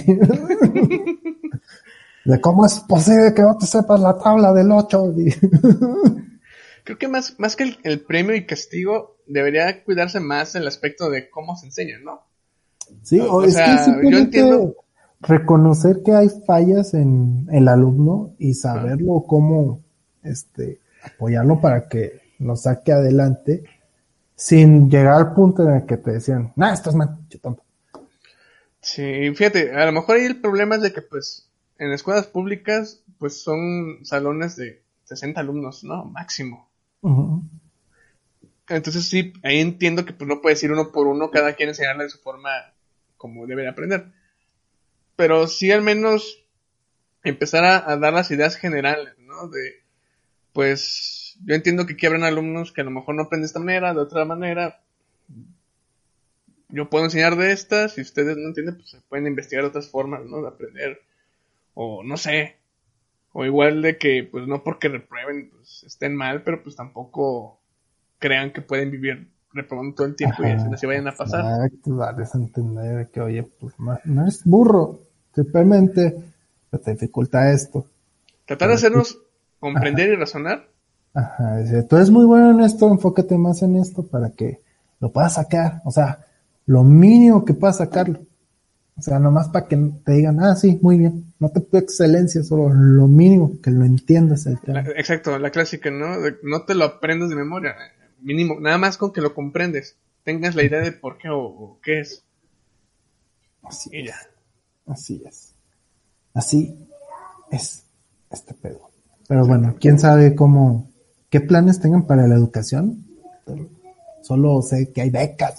C: De cómo es posible que no te sepas la tabla del 8.
B: Creo que más que el premio y castigo, debería cuidarse más el aspecto de cómo se enseña, ¿no?
C: Sí,
B: O
C: es que
B: sea, yo
C: simplemente
B: entiendo.
C: reconocer que hay fallas en el alumno y
B: Ajá.
C: saberlo cómo, apoyarlo para que lo saque adelante sin llegar al punto en el que te decían, nah, estás mal, che tonto.
B: Sí, fíjate, a lo mejor ahí el problema es de que, pues, en escuelas públicas, pues son salones de 60 alumnos, ¿no? Máximo.
C: Uh-huh.
B: Entonces sí, ahí entiendo que pues no puedes ir uno por uno, cada quien enseñarle de su forma como debe de aprender. Pero sí al menos empezar a dar las ideas generales, ¿no? De, pues, yo entiendo que aquí habrán alumnos que a lo mejor no aprenden de esta manera, de otra manera. Yo puedo enseñar de estas, si ustedes no entienden, pues se pueden investigar otras formas, ¿no? De aprender. O no sé. O igual de que, pues no porque reprueben, pues estén mal, pero pues tampoco crean que pueden vivir reprobando todo el tiempo y así vayan a pasar.
C: Exacto, darles a entender que, oye, pues no eres burro, simplemente te dificulta esto.
B: Tratar de hacernos comprender y razonar.
C: Ajá, dice, tú eres muy bueno en esto, enfócate más en esto para que lo puedas sacar, o sea, lo mínimo que puedas sacarlo. O sea, nomás para que te digan, sí, muy bien, no te pido excelencia, solo lo mínimo, que lo entiendas el tema.
B: Exacto, la clásica, ¿no? No te lo aprendas de memoria, mínimo, nada más con que lo comprendes, tengas la idea de por qué o qué es.
C: Así
B: Y
C: es,
B: ya.
C: así es. Así es este pedo. Pero bueno, quién sabe qué planes tengan para la educación. Solo sé que hay becas.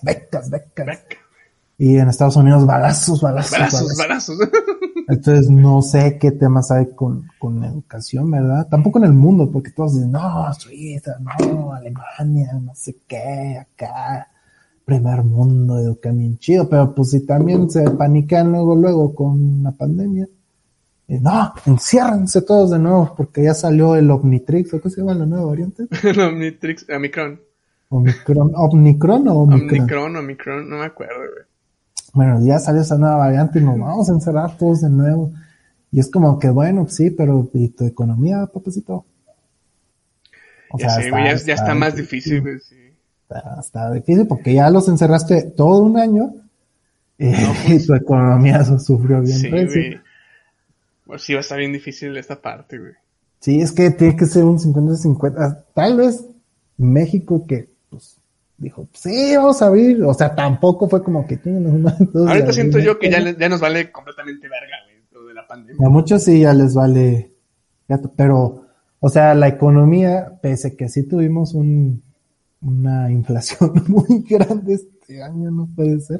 C: Y en Estados Unidos balazos.
B: Balazos.
C: Entonces no sé qué temas hay con educación, ¿verdad? Tampoco en el mundo, porque todos dicen, no, Suiza, no, Alemania, no sé qué, acá, primer mundo, educan bien chido, pero pues si también se paniquean luego con la pandemia, no, enciérrense todos de nuevo, porque ya salió el Omnitrix, ¿o qué se llama la nueva variante?
B: El Omnitrix, Omicron,
C: Omicron o Omicron.
B: Omicron, no me acuerdo, güey.
C: Bueno, ya salió esa nueva variante y nos vamos a encerrar todos de nuevo. Y es como que, bueno, sí, pero ¿y tu economía, papacito? O
B: Ya
C: sea,
B: sé, güey, ya está más difícil, güey, sí.
C: Está difícil porque ya los encerraste todo un año y,
B: No,
C: y tu economía sufrió bien
B: sí,
C: recio.
B: güey. Pues sí va a estar bien difícil esta parte, güey.
C: Sí, es que tiene que ser un 50-50. Tal vez México que, pues, dijo, sí, vamos a abrir. O sea, tampoco fue como que
B: ahorita siento yo que ya nos vale completamente verga, güey, lo de la pandemia.
C: A muchos sí ya les vale gato, pero, o sea, la economía, pese que sí tuvimos una inflación muy grande este año, no puede ser,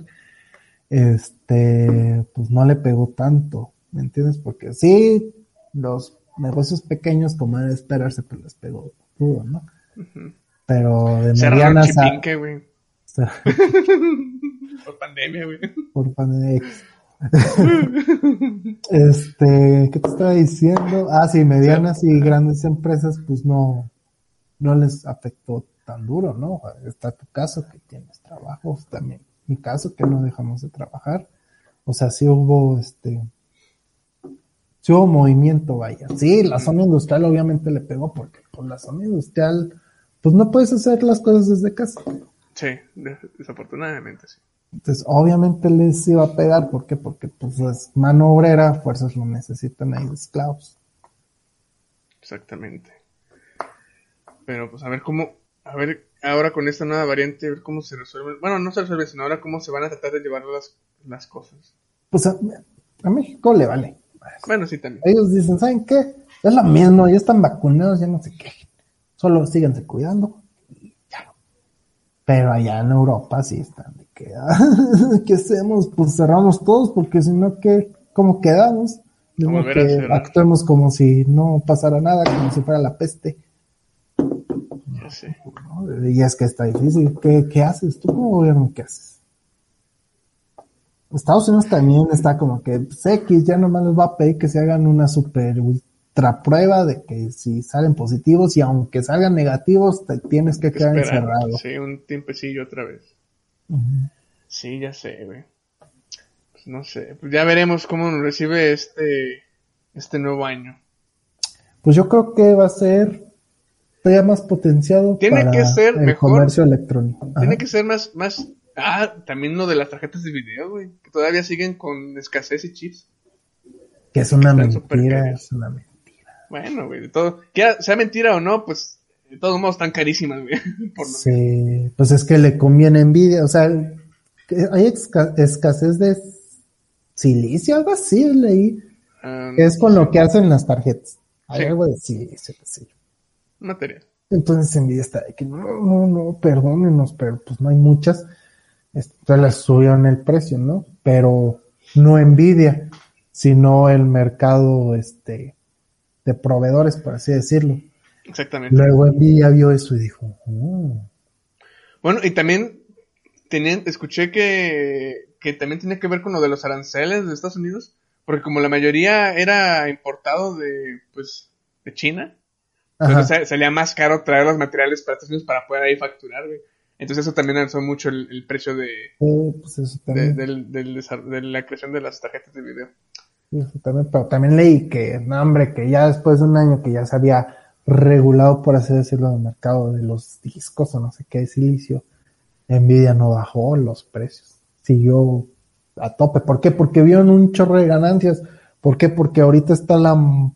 C: pues no le pegó tanto, ¿me entiendes? Porque sí, los negocios pequeños, como era de esperarse, pues les pegó duro, ¿no?
B: Uh-huh.
C: Pero de
B: Cerraron
C: medianas a...
B: Chipinque, güey. Por pandemia, güey.
C: Por pandemia. ¿Qué te estaba diciendo? Sí, medianas y grandes empresas, pues no les afectó tan duro, ¿no? Está tu caso que tienes trabajo, también mi caso que no dejamos de trabajar. O sea, sí hubo movimiento, vaya. Sí, la zona industrial obviamente le pegó porque por la zona industrial, pues no puedes hacer las cosas desde casa.
B: Sí, desafortunadamente sí.
C: Entonces, obviamente les iba a pegar, ¿por qué? Porque pues es mano obrera, fuerzas lo necesitan ahí de esclavos.
B: Exactamente. Pero pues a ver ahora con esta nueva variante, a ver cómo se resuelve. Bueno, no se resuelve, sino ahora cómo se van a tratar de llevar las cosas.
C: Pues a México le vale.
B: Bueno, sí, también.
C: Ellos dicen, ¿saben qué? Es lo mismo, ya están vacunados, ya no se quejen. Solo síganse cuidando y ya. Pero allá en Europa sí están de que, ¿qué hacemos? Pues cerramos todos, porque si no, cómo quedamos. De
B: Como
C: modo
B: ver a
C: que
B: hacer, ¿no?
C: actuemos como si no pasara nada, como si fuera la peste.
B: Ya sé.
C: ¿No? Y es que está difícil. ¿Qué haces? ¿Tú como gobierno qué haces? Estados Unidos también está como que pues, X ya nomás les va a pedir que se hagan una super ultra prueba de que si salen positivos y aunque salgan negativos te tienes que quedar
B: Esperar,
C: encerrado.
B: sí, un tiempecillo otra vez.
C: Ujú.
B: Sí, ya sé, güey. Pues no sé, pues ya veremos cómo nos recibe este nuevo año.
C: Pues yo creo que va a ser todavía más potenciado
B: Tiene
C: para
B: que ser
C: el
B: mejor,
C: comercio electrónico. Ajá.
B: tiene que ser más, también lo de las tarjetas de video, güey, que todavía siguen con escasez y chips.
C: Que es
B: Que
C: una
B: están súper
C: mentira,
B: caros.
C: es una mentira.
B: Bueno, güey, de todo, que sea mentira o no, pues, de todos modos están carísimas, güey, por lo mismo.
C: Sí, pues es que le conviene Nvidia, o sea, que hay escasez de silicio, algo así leí, que es con lo que hacen las tarjetas. Hay
B: Sí.
C: algo de silicio, qué sé yo.
B: Material.
C: Entonces Nvidia está de que no, perdónenos, pero pues no hay muchas. Entonces les subieron el precio, ¿no? Pero no Nvidia, sino el mercado de proveedores, por así decirlo.
B: Exactamente.
C: Luego Nvidia vio eso y dijo, oh.
B: Bueno, y también escuché que también tenía que ver con lo de los aranceles de Estados Unidos, porque como la mayoría era importado pues, de China, entonces salía más caro traer los materiales para Estados Unidos para poder ahí facturar, güey. Entonces eso también alzó mucho el precio
C: Pues eso también.
B: de la creación de las tarjetas de video.
C: Eso también, pero también leí que, no, hombre, que ya después de un año que ya se había regulado, por así decirlo, el mercado de los discos o no sé qué de silicio, Nvidia no bajó los precios, siguió a tope. ¿Por qué? Porque vieron un chorro de ganancias. ¿Por qué? Porque ahorita está la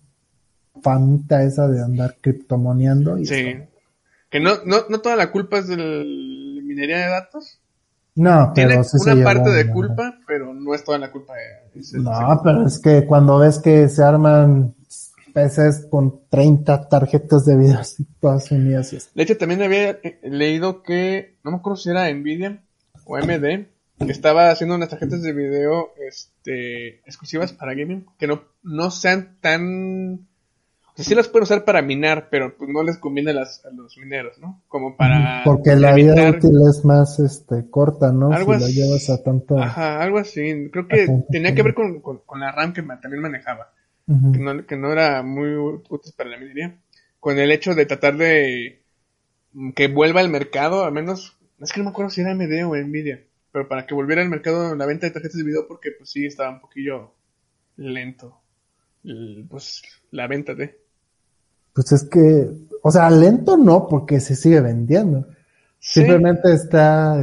C: famita esa de andar criptomoneando. Y
B: Sí. Que no toda la culpa es de la minería de datos.
C: No, pero
B: Tiene
C: sí se
B: una
C: llevó
B: parte de
C: una-
B: culpa, pero no es toda la culpa.
C: No, pero es que cuando ves que se arman PCs con 30 tarjetas de video así todas unidas y así.
B: De hecho, también había leído que, no me acuerdo si era Nvidia o AMD, que estaba haciendo unas tarjetas de video exclusivas para gaming, que no sean tan... O sea, sí las pueden usar para minar, pero pues no les conviene a los mineros, ¿no? Como para
C: Porque la vida
B: evitar
C: útil es más corta, ¿no?
B: algo
C: Si lo llevas a tanto.
B: Ajá, algo así. Creo
C: a
B: que
C: tanto
B: tenía que ver
C: tiempo.
B: con la RAM que también manejaba.
C: Ujú.
B: Que no era muy útil para la minería, con el hecho de tratar de que vuelva al mercado, al menos, es que no me acuerdo si era AMD o Nvidia, pero para que volviera al mercado la venta de tarjetas de video, porque pues sí estaba un poquillo lento, pues la venta de...
C: Pues es que, o sea, lento no, porque se sigue vendiendo.
B: Sí,
C: Simplemente está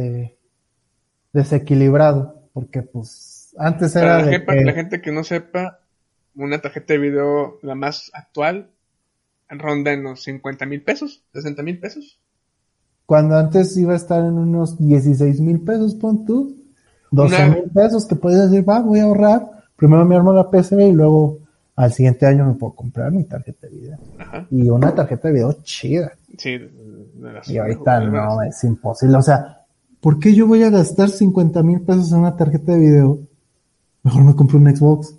C: desequilibrado, porque pues antes
B: para
C: era
B: la
C: de
B: gente, la
C: que
B: gente que no sepa, una tarjeta de video, la más actual, ronda en los 50,000 pesos, 60,000 pesos.
C: cuando antes iba a estar en unos 16,000 pesos, pon tú, 12,000 pesos, que podías decir, va, voy a ahorrar, primero me armo la PC y luego al siguiente año me puedo comprar mi tarjeta de video.
B: Ajá.
C: Y una tarjeta de video chida.
B: Sí, de las
C: Y ahorita
B: mejores.
C: no, es imposible. O sea, ¿por qué yo voy a gastar 50,000 pesos en una tarjeta de video? Mejor me compro un Xbox.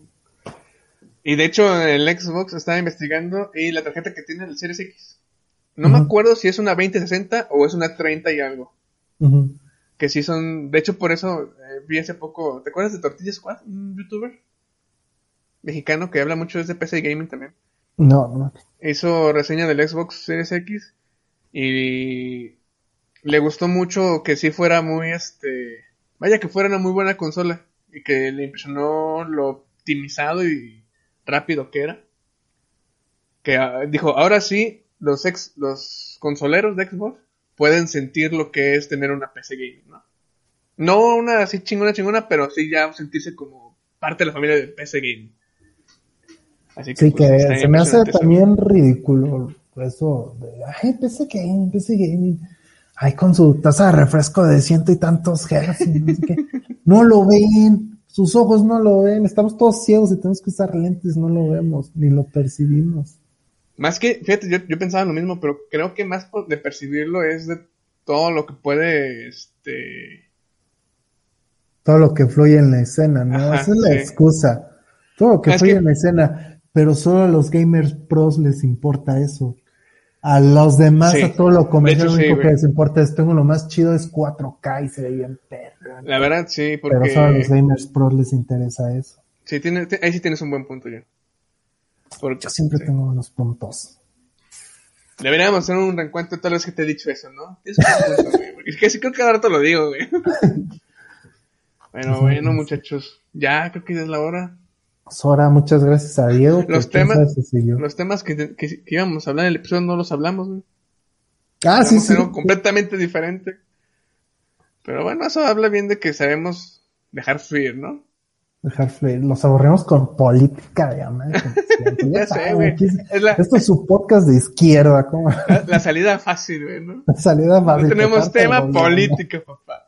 B: Y de hecho, el Xbox estaba investigando y la tarjeta que tiene el Series X. No me
C: Ujú.
B: acuerdo si es una 2060 o es una 30 y algo.
C: Ujú.
B: Que sí son. De hecho, por eso vi hace poco. ¿Te acuerdas de Tortilla Squad? Un youtuber mexicano que habla mucho de PC gaming también.
C: No.
B: Hizo reseña del Xbox Series X y le gustó mucho que sí fuera muy vaya, que fuera una muy buena consola y que le impresionó lo optimizado y rápido que era. Que dijo, ahora sí, los consoleros de Xbox pueden sentir lo que es tener una PC gaming, ¿no? No una así chingona, pero sí ya sentirse como parte de la familia de PC gaming. Así que,
C: Sí,
B: pues,
C: que
B: está
C: se me hace
B: impresionante eso.
C: también ridículo eso de, ay, PC Gaming. Ay, con su taza de refresco de 100 y tantos Hz y no sé qué. No lo ven, sus ojos no lo ven, estamos todos ciegos y tenemos que usar lentes, no lo vemos, ni lo percibimos.
B: Más que, fíjate, yo pensaba lo mismo, pero creo que más de percibirlo es de todo lo que puede,
C: Todo lo que fluye en la escena, ¿no?
B: Ajá,
C: Esa es la
B: sí.
C: excusa. Todo lo que
B: Es
C: fue
B: que-
C: en la escena, pero solo a los gamers pros les importa eso. A los demás,
B: Sí.
C: a todo lo comercial,
B: De
C: lo
B: hecho, sí,
C: único que
B: güey.
C: les importa es, tengo lo más chido es 4K y se ve bien perro.
B: La verdad, sí,
C: Pero solo a los
B: porque
C: gamers pros les interesa eso.
B: sí, ahí sí tienes un buen punto ya.
C: Yo siempre
B: Sí.
C: tengo unos puntos.
B: Deberíamos hacer un reencuentro todas las veces que te he dicho eso, ¿no? Tienes un punto, güey. Porque es que sí creo que cada rato lo digo, güey. Bueno, muchachos. Ya creo que ya es la hora.
C: Sora, muchas gracias a Diego.
B: Los
C: quién sabe
B: temas,
C: si siguió.
B: los temas que íbamos a hablar en el episodio no los hablamos, güey.
C: Ah, sí,
B: Hablamos
C: sí.
B: algo completamente diferente. Pero bueno, eso habla bien de que sabemos dejar fluir, ¿no?
C: Dejar fluir. Los aburrimos con política de amar.
B: Ya sé, güey.
C: Esto es su podcast de izquierda. ¿Cómo?
B: La salida fácil, güey, ¿no?
C: La salida fácil.
B: No tenemos
C: quejarte del
B: tema
C: gobierno.
B: político, papá.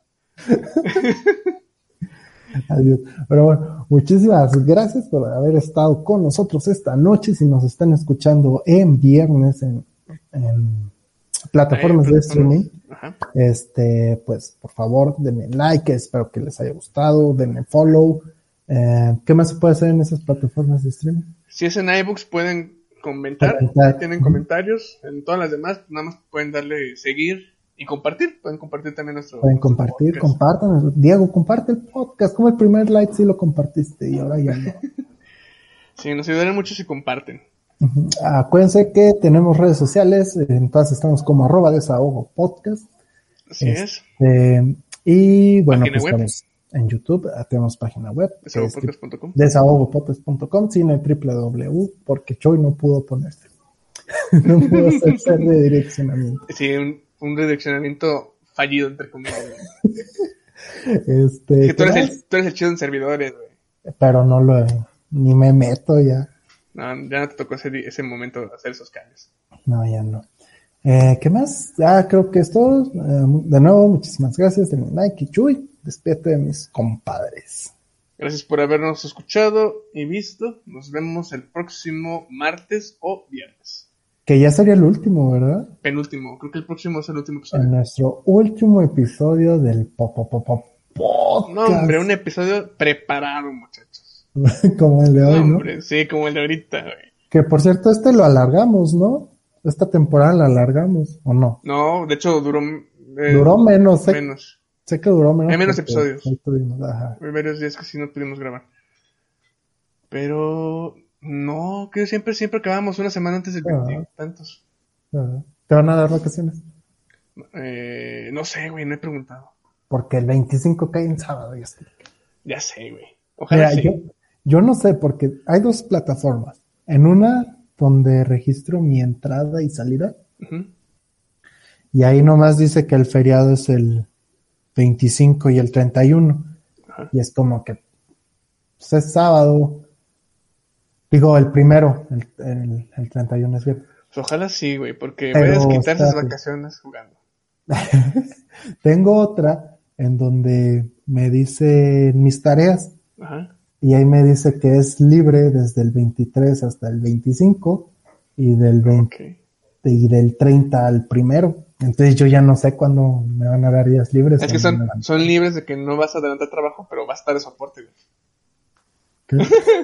C: Adiós. Pero bueno, muchísimas gracias por haber estado con nosotros esta noche. Si nos están escuchando en viernes en plataformas de streaming,
B: Ajá.
C: pues por favor denle like, espero que les haya gustado, denle follow. ¿Qué más se puede hacer en esas plataformas de streaming?
B: Si es en iBooks pueden comentar, tienen comentarios. En todas las demás nada más pueden darle seguir y compartir. Pueden compartir también nuestro
C: Pueden compartir,
B: podcast.
C: compartan. Diego, comparte el podcast. Como el primer like sí lo compartiste y ahora ya no.
B: Sí, nos ayudarían mucho si comparten.
C: Acuérdense que tenemos redes sociales, en todas estamos como @desahogo podcast.
B: Así es.
C: Y bueno,
B: Página
C: pues
B: web.
C: estamos en YouTube, tenemos página web,
B: Desahogopodcast.com.
C: desahogopodcast.com, sin el www, porque Choy no pudo ponerse. No pudo hacer redireccionamiento.
B: Sí, un redireccionamiento fallido, entre comillas.
C: Que
B: tú eres el chido en servidores, güey.
C: pero no ni me meto ya.
B: No, ya no te tocó ese momento hacer esos cambios.
C: No, ya no. ¿Qué más? Creo que es todo. De nuevo, muchísimas gracias. Denle like y Chuy. Despídete de mis compadres.
B: Gracias por habernos escuchado y visto. Nos vemos el próximo martes o viernes.
C: Que ya sería el último, ¿verdad?
B: Penúltimo. Creo que el próximo es el último
C: En
B: episodio.
C: nuestro último episodio del podcast.
B: No, hombre, un episodio preparado, muchachos.
C: Como el de hoy, ¿no?
B: Hombre, sí, como el de ahorita, güey.
C: Que por cierto, lo alargamos, ¿no? Esta temporada la alargamos, ¿o no?
B: No, de hecho duró
C: menos,
B: menos.
C: Sé que duró menos.
B: Hay menos
C: porque
B: episodios.
C: ahí tuvimos, ajá.
B: Hay varios días que sí no pudimos grabar. Pero no, que siempre acabamos una semana antes del 20 tantos.
C: ¿Te van a dar vacaciones?
B: No sé, güey, no he preguntado.
C: Porque el 25 cae en sábado.
B: Ya sé, güey. Ojalá
C: Mira,
B: sí.
C: yo no sé, porque hay dos plataformas. En una donde registro mi entrada y salida.
B: Uh-huh.
C: Y ahí nomás dice que el feriado es el 25 y el 31.
B: Ajá.
C: Y es como que pues es sábado. Digo, el primero, el 31 es bien.
B: Pues ojalá sí, güey, porque
C: Pero
B: voy a desquitar esas
C: está-
B: vacaciones jugando.
C: Tengo otra en donde me dice mis tareas.
B: Ajá.
C: Y ahí me dice que es libre desde el 23 hasta el 25 y del 20
B: Ok.
C: y del 30 al primero. Entonces yo ya no sé cuándo me van a dar días libres.
B: Es que
C: o no me van.
B: son libres de que no vas a adelantar trabajo, pero va a estar de soporte, güey.
C: ¿Qué?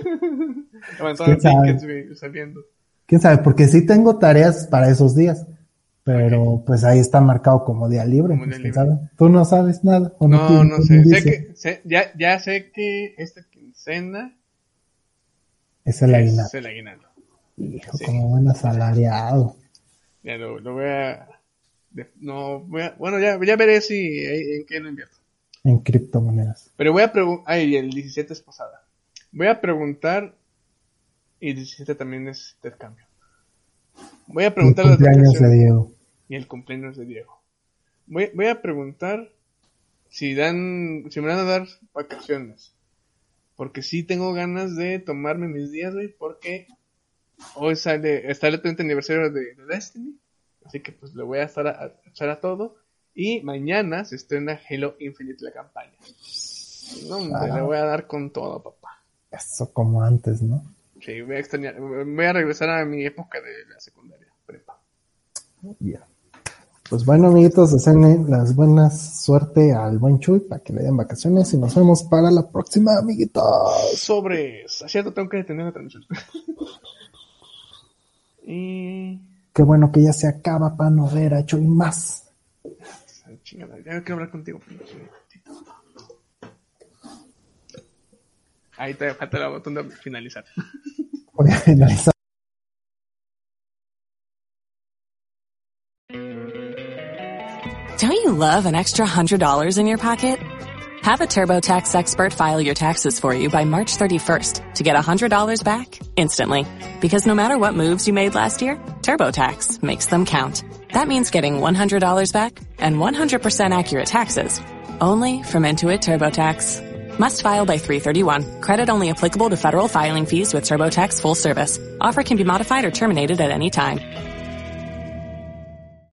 B: Van todos
C: ¿Quién sabe?
B: tickets, güey, saliendo.
C: ¿Quién sabe? Porque sí tengo tareas para esos días. Pero pues ahí está marcado como día libre.
B: Como
C: pues,
B: día
C: ¿quién
B: libre.
C: sabe? ¿Tú no sabes nada? ¿O
B: No,
C: tienes
B: no
C: un
B: sé.
C: indicio?
B: Ya sé que esta quincena
C: Es el aguinaldo.
B: es el aguinaldo.
C: Hijo,
B: Sí.
C: como buen asalariado.
B: Ya lo voy a... Bueno, ya veré en qué lo invierto.
C: En criptomonedas.
B: Pero voy a preguntar... Ay, el 17 es posada. Voy a preguntar... Y el 17 también es intercambio. Voy a
C: El
B: preguntar las
C: cumpleaños de
B: vacaciones.
C: Diego.
B: Y el cumpleaños de Diego. Voy a preguntar si me van a dar vacaciones. Porque sí tengo ganas de tomarme mis días, güey, porque hoy está el 30 aniversario de Destiny. Así que pues le voy a estar a echar a todo. Y mañana se estrena Halo Infinite, la campaña. No, hombre, le voy a dar con todo, papá.
C: Eso como antes, ¿no?
B: Sí, voy a regresar a mi época de la secundaria, prepa.
C: Ya. Pues bueno, amiguitos, deseenle las buenas suerte al buen Chuy para que le den vacaciones y nos vemos para la próxima, amiguitos.
B: Sobres. Cierto, tengo que detener la transmisión. Y...
C: Qué bueno que ya se acaba para no ver a Chuy más.
B: Chingada, ya quiero hablar contigo. Ahí te falta el botón de finalizar.
C: Voy a finalizar.
E: Don't you love an extra $100 in your pocket? Have a TurboTax expert file your taxes for you by March 31st to get $100 back instantly. Because no matter what moves you made last year, TurboTax makes them count. That means getting $100 back and 100% accurate taxes. Only from Intuit TurboTax. Must file by 3/31. Credit only applicable to federal filing fees with TurboTax full service. Offer can be modified or terminated at any time.